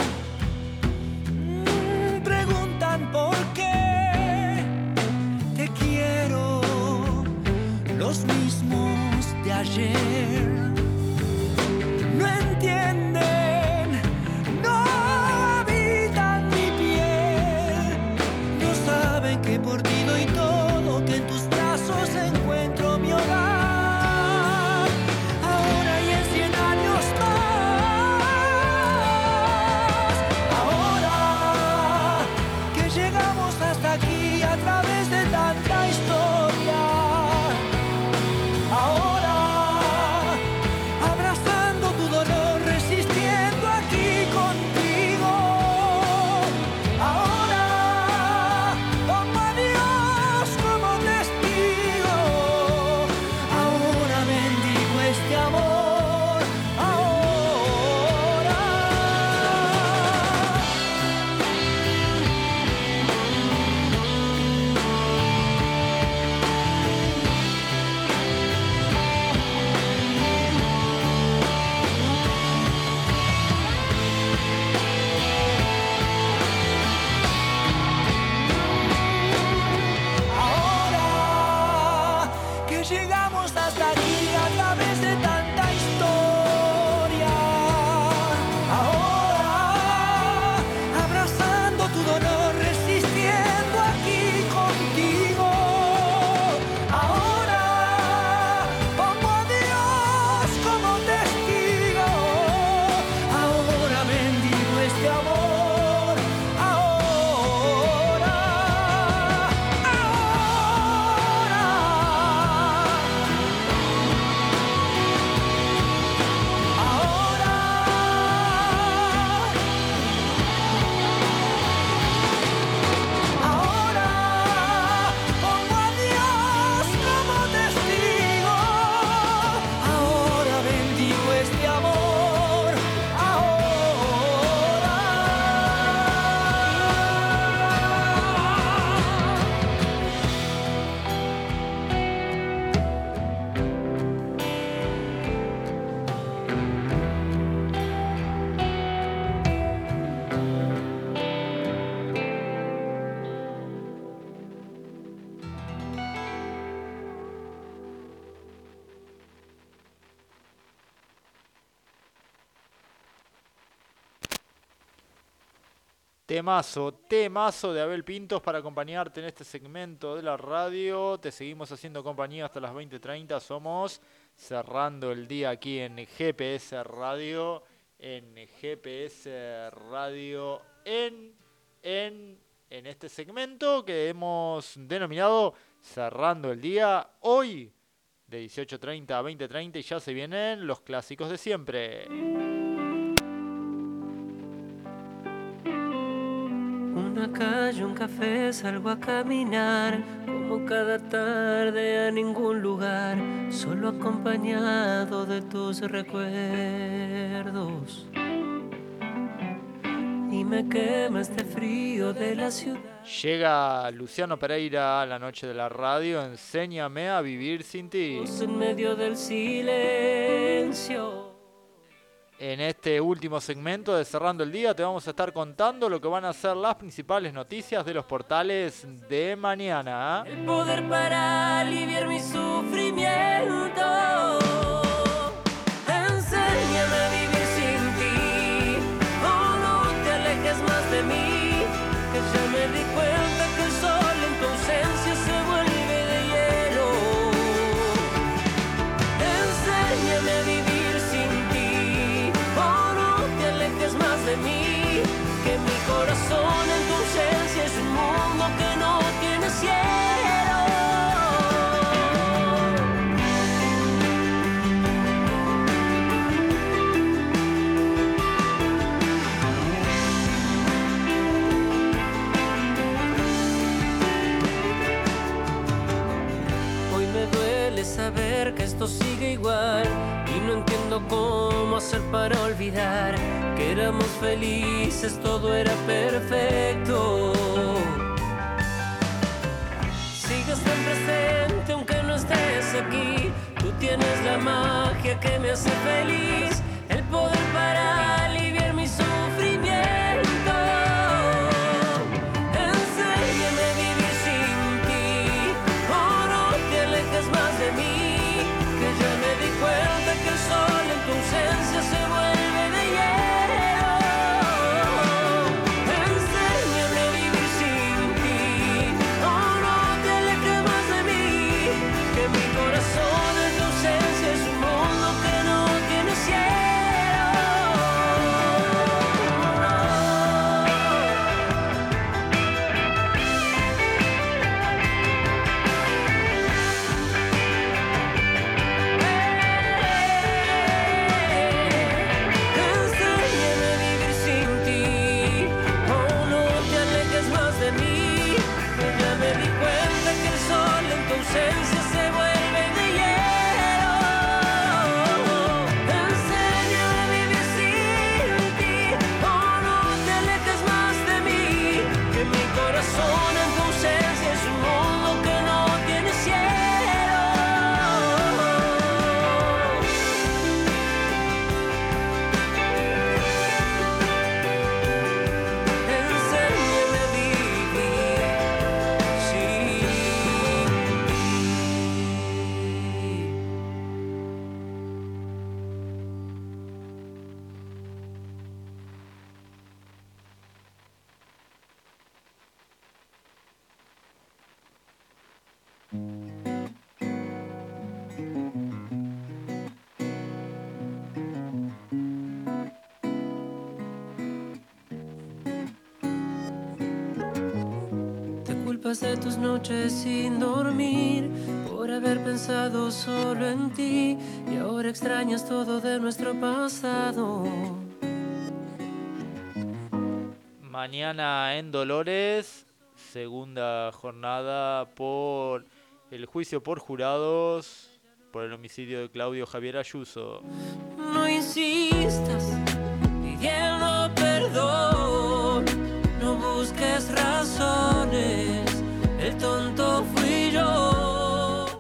preguntan por qué te quiero los mismos de ayer. No entienden, no habitan mi piel, no saben que por ti doy todo, que en tus brazos encuentro mi hogar. Ahora y en 100 años más. Ahora que llegamos hasta aquí a través de tanta historia. Ahora abrazando tu dolor, resistiendo aquí contigo. Ahora pongo a Dios como testigo. Ahora bendigo este amor. Ahora. Ahora que llegamos hasta aquí a través de tanta historia. Ahora abrazando tu dolor, resistiendo aquí contigo. Ahora pongo a Dios como testigo. Ahora bendigo este amor. Ahora. Ahora pongo a Dios como testigo. Ahora bendigo este amor. Ahora. Temazo de Abel Pintos para acompañarte en este segmento de la radio. Te seguimos haciendo compañía hasta las 20:30. Somos cerrando el día aquí en GPS Radio. En GPS Radio en este segmento que hemos denominado Cerrando el Día. Hoy de 18:30 a 20:30 y ya se vienen los clásicos de siempre. Una calle, un café, salgo a caminar, como cada tarde a ningún lugar, solo acompañado de tus recuerdos. Y me quema este frío medio de la ciudad. Llega Luciano Pereira a la noche de la radio. Enséñame a vivir sin ti. En medio del silencio. En este último segmento de Cerrando el Día te vamos a estar contando lo que van a ser las principales noticias de los portales de mañana. El poder para aliviar mi sufrimiento. Enséñame a vivir sin ti. Oh, no te alejes más de mí. Que ya me di cuenta que el sol en tu ausencia se vuelve de hielo. Enséñame a vivir sin ti. Oh, no te alejes más de mí. Que mi corazón en tu ausencia es un mundo que no tiene cielo. Hoy me duele saber que esto sigue igual y no entiendo cómo hacer para olvidar que éramos felices, todo era perfecto. Sigues tan presente aunque no estés aquí. Tú tienes la magia que me hace feliz, el poder para aliviar mi sufrimiento. Enséñame a vivir sin ti. Oh, no te alejes más de mí. Que ya me di cuenta que el sol en tu ausencia se vuelve de hielo. Enséñame a vivir sin ti. Oh, no te alejes más de mí. Que mi corazón en tu ausencia es un mundo que no tiene cielo. Enséñame a vivir sin ti. Oh, no te alejes más de mí. Que ya me di cuenta que el sol en tu ausencia se vuelve de hielo. Enséñame a vivir sin ti. Oh, no te alejes más de mí. Que mi corazón en tu ausencia es un mundo que no tiene cielo. Enséñame a vivir sin ti. Te culpas de tus noches sin dormir por haber pensado solo en ti y ahora extrañas todo de nuestro pasado. Mañana en Dolores, segunda jornada por el juicio por jurados por el homicidio de Claudio Javier Ayuso. No insistas pidiendo perdón, no busques razones, el tonto fui yo.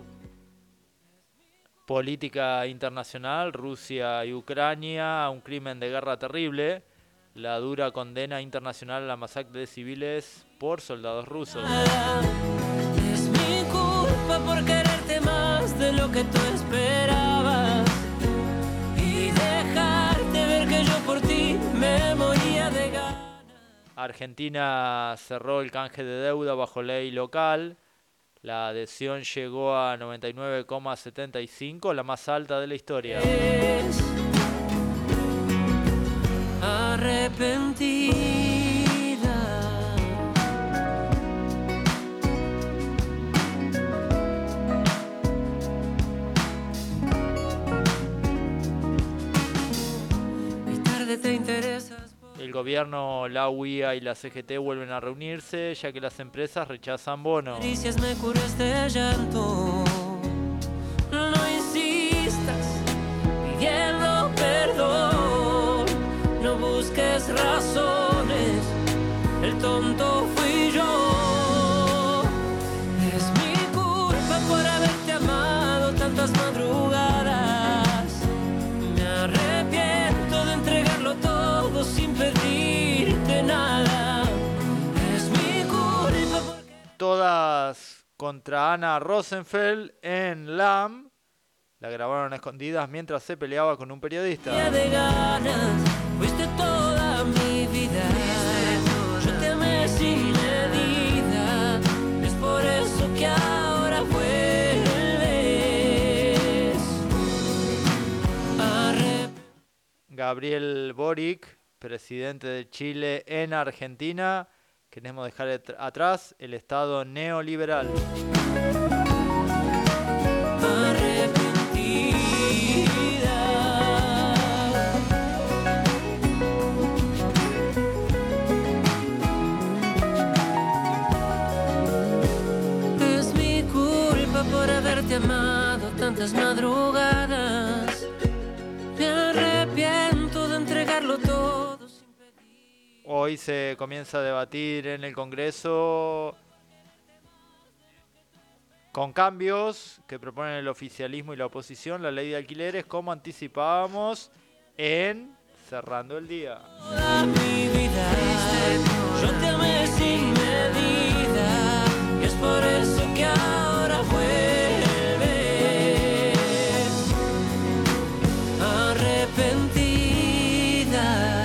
Política internacional, Rusia y Ucrania, un crimen de guerra terrible. La dura condena internacional a la masacre de civiles por soldados rusos. Es mi culpa por quererte más de lo que tú esperabas y dejarte ver que yo por ti me moría de ganas. Argentina cerró el canje de deuda bajo ley local. La adhesión llegó a 99,75, la más alta de la historia. Arrepentida. Y tarde te interesas. El gobierno, la UIA y la CGT vuelven a reunirse ya que las empresas rechazan bonos. Caricias me cura este llanto. No insistas pidiendo perdón. No busques razones, el tonto esto fui yo. Es mi culpa por haberte amado tantas madrugadas. Me arrepiento de entregarlo todo sin pedirte nada. Es mi culpa porque... Todas contra Anna Rosenfeld en LAM. La grabaron a escondidas mientras se peleaba con un periodista. de ganas, fuiste toda mi vida. Yo te amé sin medida. Es por eso que ahora vuelves. Gabriel Boric, presidente de Chile en Argentina. Queremos dejar atrás el Estado neoliberal. Es mi culpa por haberte amado tantas madrugadas. Me arrepiento de entregarlo todo. Hoy se comienza a debatir en el Congreso con cambios que proponen el oficialismo y la oposición, la ley de alquileres, como anticipábamos en Cerrando el Día. Toda mi vida, yo te amé sin medida, y es por eso que ahora vuelves arrepentida.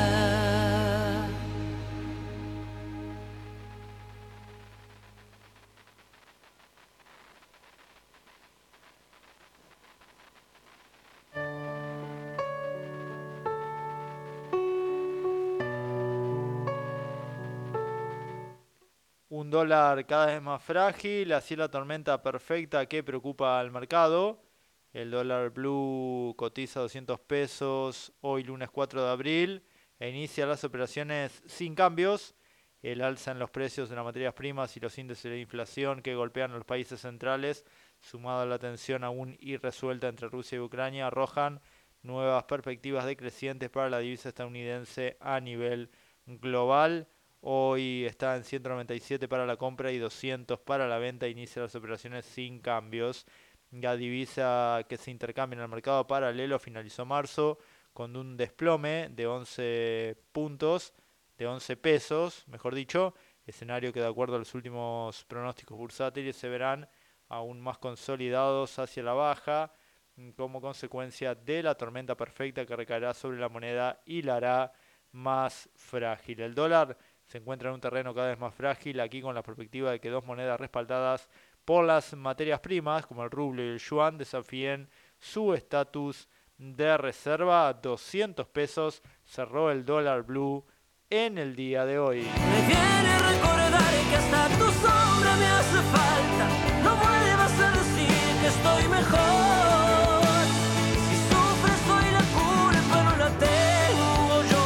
Un dólar cada vez más frágil, así la tormenta perfecta que preocupa al mercado. El dólar blue cotiza 200 pesos hoy lunes 4 de abril e inicia las operaciones sin cambios. El alza en los precios de las materias primas y los índices de inflación que golpean a los países centrales, sumado a la tensión aún irresuelta entre Rusia y Ucrania, arrojan nuevas perspectivas decrecientes para la divisa estadounidense a nivel global. Hoy está en 197 para la compra y 200 para la venta. Inicia las operaciones sin cambios. La divisa que se intercambia en el mercado paralelo finalizó marzo con un desplome de 11 puntos, de 11 pesos, mejor dicho. Escenario que de acuerdo a los últimos pronósticos bursátiles se verán aún más consolidados hacia la baja como consecuencia de la tormenta perfecta que recaerá sobre la moneda y la hará más frágil. El dólar se encuentra en un terreno cada vez más frágil, aquí con la perspectiva de que dos monedas respaldadas por las materias primas, como el rublo y el yuan, desafíen su estatus de reserva. 200 pesos cerró el dólar blue en el día de hoy. Me viene a recordar que hasta tu sombra me hace falta. No vuelvas a decir que estoy mejor. Si sufres soy la culpa, no la tengo yo.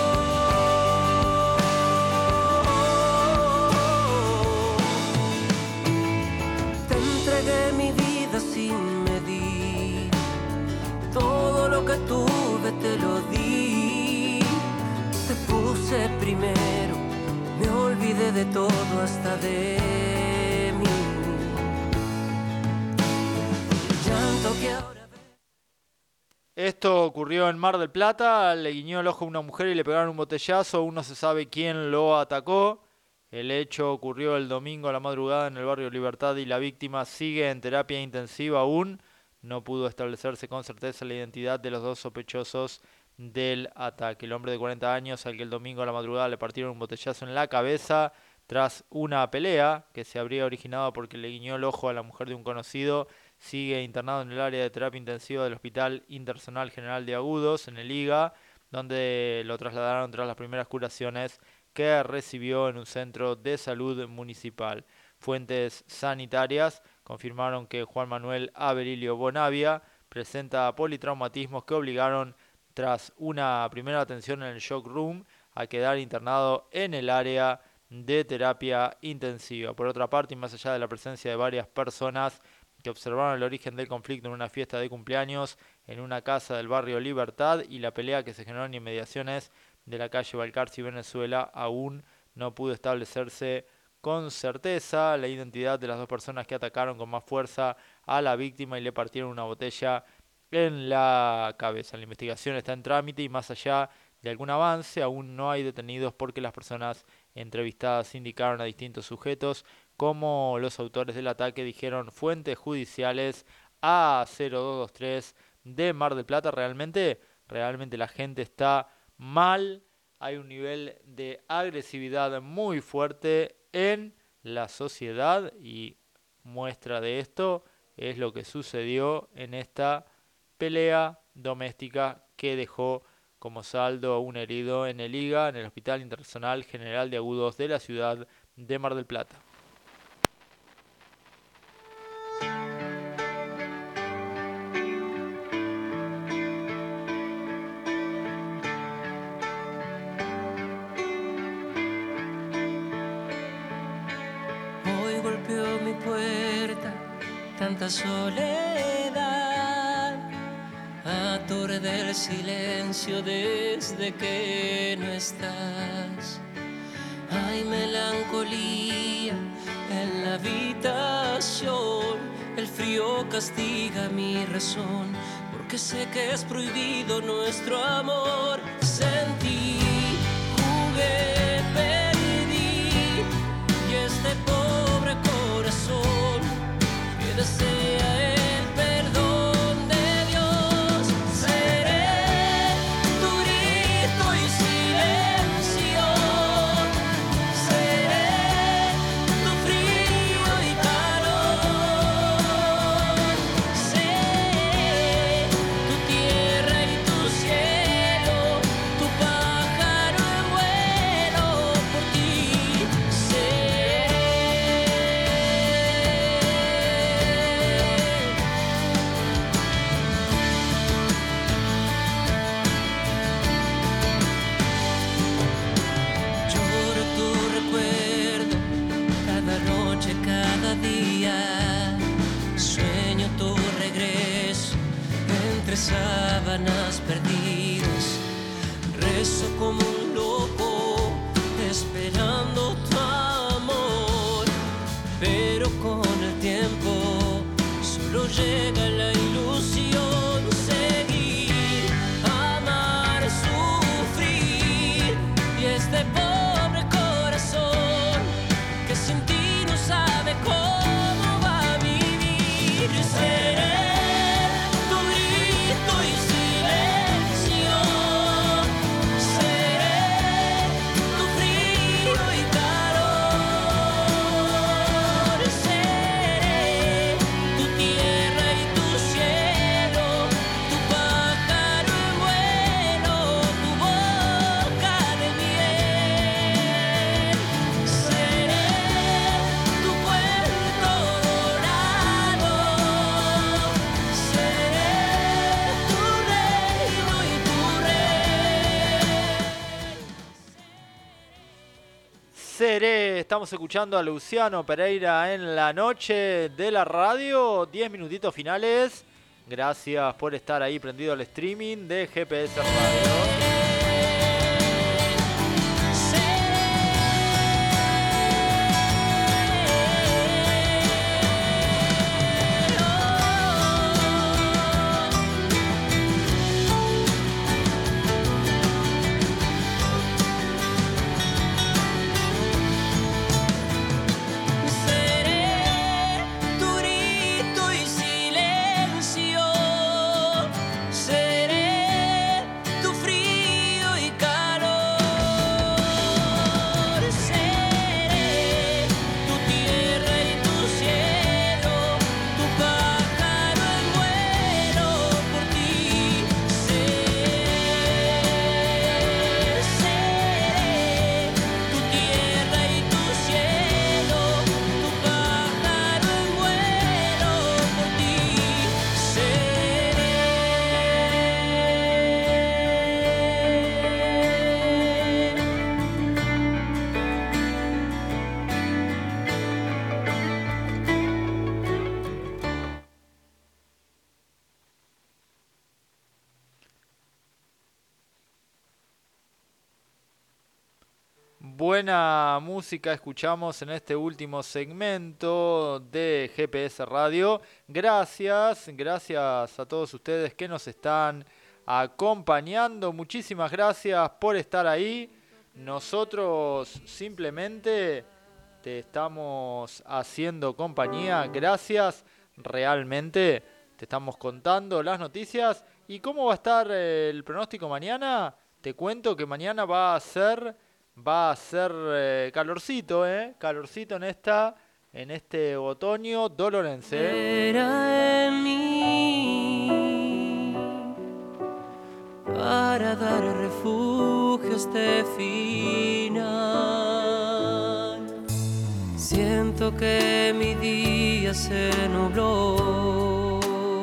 Te entregué mi vida sin medir. Todo lo que tuve te lo di. Te puse primero, me olvidé de todo hasta de mí. Llanto que ahora... Esto ocurrió en Mar del Plata, le guiñó el ojo a una mujer y le pegaron un botellazo, aún no se sabe quién lo atacó. El hecho ocurrió el domingo a la madrugada en el barrio Libertad y la víctima sigue en terapia intensiva aún. No pudo establecerse con certeza la identidad de los dos sospechosos del ataque. El hombre de 40 años al que el domingo a la madrugada le partieron un botellazo en la cabeza tras una pelea que se habría originado porque le guiñó el ojo a la mujer de un conocido, sigue internado en el área de terapia intensiva del Hospital Internacional General de Agudos, en el IGA, donde lo trasladaron tras las primeras curaciones que recibió en un centro de salud municipal. Fuentes sanitarias confirmaron que Juan Manuel Averilio Bonavia presenta politraumatismos que obligaron, tras una primera atención en el shock room, a quedar internado en el área de terapia intensiva. Por otra parte, y más allá de la presencia de varias personas que observaron el origen del conflicto en una fiesta de cumpleaños en una casa del barrio Libertad y la pelea que se generó en inmediaciones de la calle Balcarce y Venezuela, aún no pudo establecerse con certeza la identidad de las dos personas que atacaron con más fuerza a la víctima y le partieron una botella en la cabeza. La investigación está en trámite y más allá de algún avance, aún no hay detenidos porque las personas entrevistadas indicaron a distintos sujetos como los autores del ataque, dijeron fuentes judiciales a 0223 de Mar del Plata. Realmente la gente está mal, hay un nivel de agresividad muy fuerte en la sociedad y muestra de esto es lo que sucedió en esta pelea doméstica que dejó como saldo a un herido en el IGA, en el Hospital Internacional General de Agudos de la ciudad de Mar del Plata. Hoy golpeó mi puerta tanta soledad, aturde el silencio desde que no estás. Hay melancolía en la habitación, el frío castiga mi razón, porque sé que es prohibido nuestro amor. Sentí, jugué, perdí, y este pobre corazón que desea el perdón de Dios. Seré tu grito y silencio, seré tu frío y calor, seré tu tierra y tu cielo, tu pájaro en vuelo, por ti lloro tu recuerdo cada noche, cada día. Sueño tu regreso entre sábanas perdidas. Rezo como un loco esperando tu amor, pero con el tiempo solo llega la ilusión. Seguir, amar, sufrir, y este pobre corazón que sin ti no sabe cómo va a vivir. Seré tu grito y silencio, seré tu frío y calor, seré tu tierra y tu cielo, tu pájaro en vuelo, tu boca de miel. Seré tu puerto dorado, seré tu reino y tu rey. Seré, estamos escuchando a Luciano Pereira en la noche de la radio, 10 minutitos finales. Gracias por estar ahí prendido al streaming de GPS Radio. Seré tu grito y silencio, seré tu frío buena música escuchamos en este último segmento de GPS Radio. Gracias a todos ustedes que nos están acompañando. Muchísimas gracias por estar ahí. Nosotros simplemente te estamos haciendo compañía. Gracias, realmente te estamos contando las noticias. ¿Y cómo va a estar el pronóstico mañana? Te cuento que mañana va a ser calorcito, calorcito en este otoño dolorense. Era en mí para dar refugio a este final. Siento que mi día se nubló.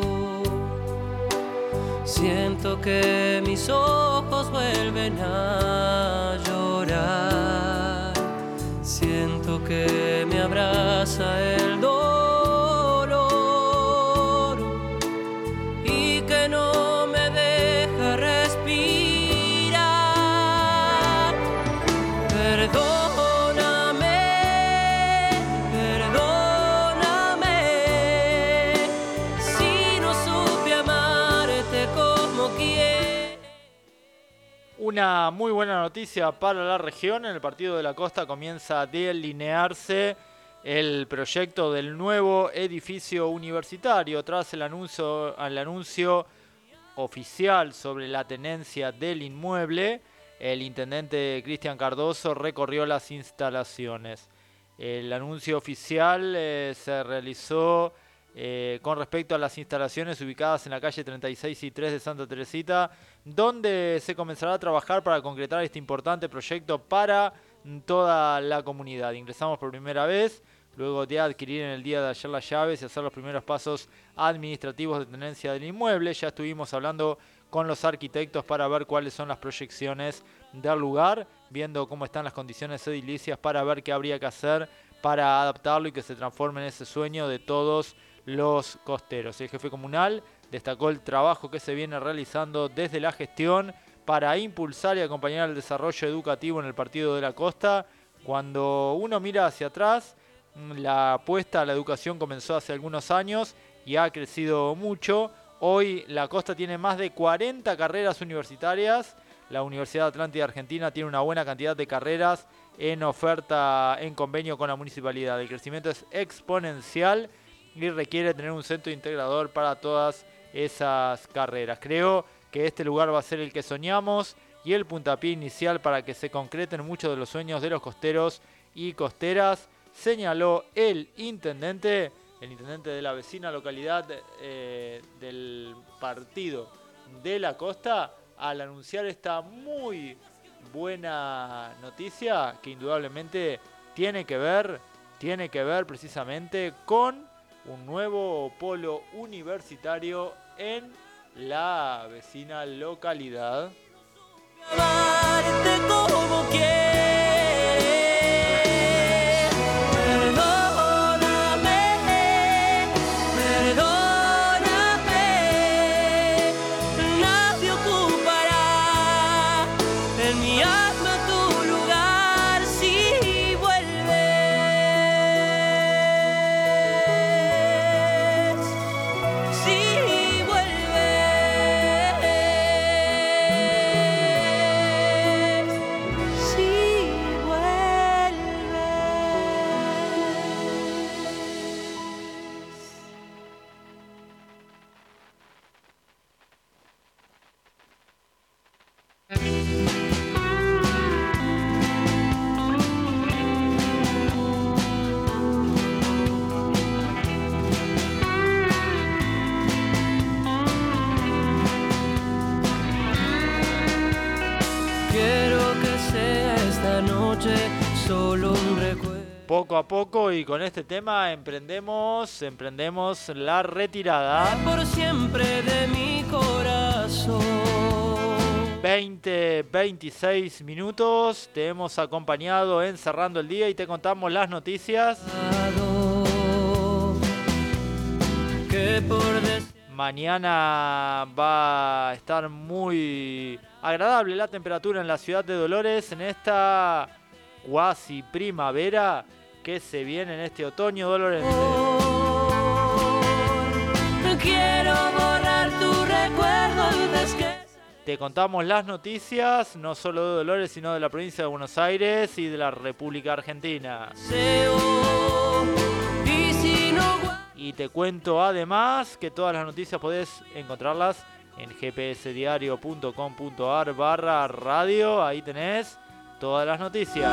Siento que mis ojos vuelven a llorar. Siento que me abraza el dolor y que no me deja respirar. Perdóname si no supe amarte como quiero. Una muy buena noticia para la región. En el partido de la Costa comienza a delinearse el proyecto del nuevo edificio universitario tras el anuncio oficial sobre la tenencia del inmueble. El intendente Cristian Cardoso recorrió las instalaciones. El anuncio oficial se realizó con respecto a las instalaciones ubicadas en la calle 36 y 3 de Santa Teresita, donde se comenzará a trabajar para concretar este importante proyecto para toda la comunidad. Ingresamos por primera vez, luego de adquirir en el día de ayer las llaves y hacer los primeros pasos administrativos de tenencia del inmueble. Ya estuvimos hablando con los arquitectos para ver cuáles son las proyecciones del lugar, viendo cómo están las condiciones edilicias para ver qué habría que hacer para adaptarlo y que se transforme en ese sueño de todos los costeros. El jefe comunal destacó el trabajo que se viene realizando desde la gestión para impulsar y acompañar el desarrollo educativo en el partido de la Costa. Cuando uno mira hacia atrás, la apuesta a la educación comenzó hace algunos años y ha crecido mucho. Hoy la Costa tiene más de 40 carreras universitarias. La Universidad Atlántida Argentina tiene una buena cantidad de carreras en oferta en convenio con la municipalidad. El crecimiento es exponencial y requiere tener un centro integrador para todas esas carreras. Creo que este lugar va a ser el que soñamos y el puntapié inicial para que se concreten muchos de los sueños de los costeros y costeras, señaló el intendente de la vecina localidad del partido de la Costa, al anunciar esta muy buena noticia que indudablemente tiene que ver precisamente con un nuevo polo universitario en la vecina localidad. Amarte como quieres. Perdóname, nadie ocupará en mi alma tu lugar si vuelves. Si solo un recuerdo. Poco a poco y con este tema emprendemos la retirada. Por siempre de mi corazón. 26 minutos, te hemos acompañado en Cerrando el Día y te contamos las noticias. Mañana va a estar muy agradable la temperatura en la ciudad de Dolores en esta cuasi primavera que se viene en este otoño dolorente. Quiero borrar tu recuerdo antes que... Te contamos las noticias, no solo de Dolores, sino de la provincia de Buenos Aires y de la República Argentina. Y te cuento además que todas las noticias podés encontrarlas en gpsdiario.com.ar/radio. Ahí tenés todas las noticias.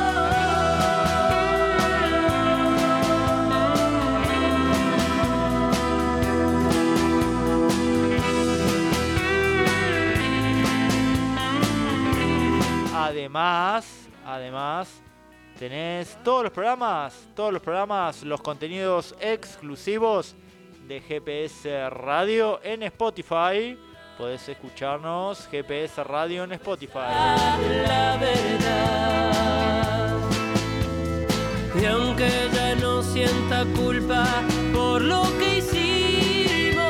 Además, tenés todos los programas, los contenidos exclusivos de GPS Radio en Spotify. Podés escucharnos GPS Radio en Spotify. La verdad. Y aunque ya no sienta culpa por lo que hicimos,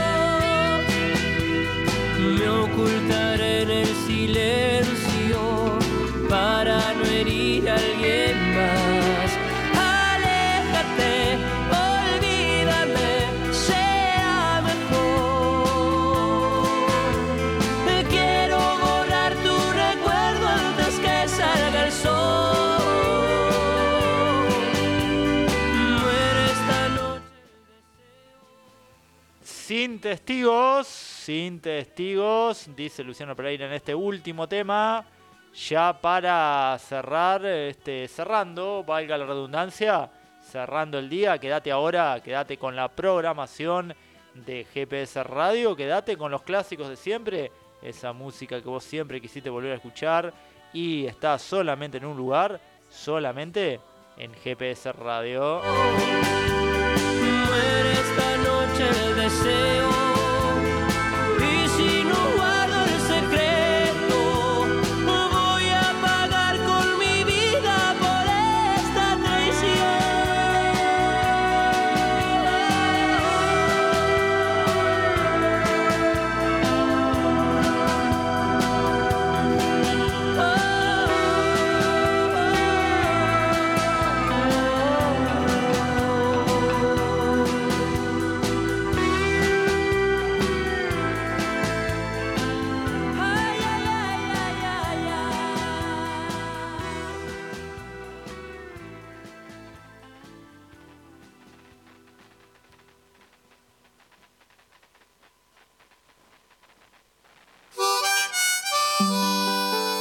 me ocultaré en el silencio para no herir a alguien más. Aléjate, olvídame, sea mejor. Me quiero borrar tu recuerdo antes que salga el sol. Muere esta noche el deseo. Sin testigos, dice Luciano Pereira en este último tema. Ya para cerrar, cerrando, valga la redundancia, cerrando el día, quédate con la programación de GPS Radio, quédate con los clásicos de siempre, esa música que vos siempre quisiste volver a escuchar y está solamente en un lugar, solamente en GPS Radio. Muere esta noche el deseo.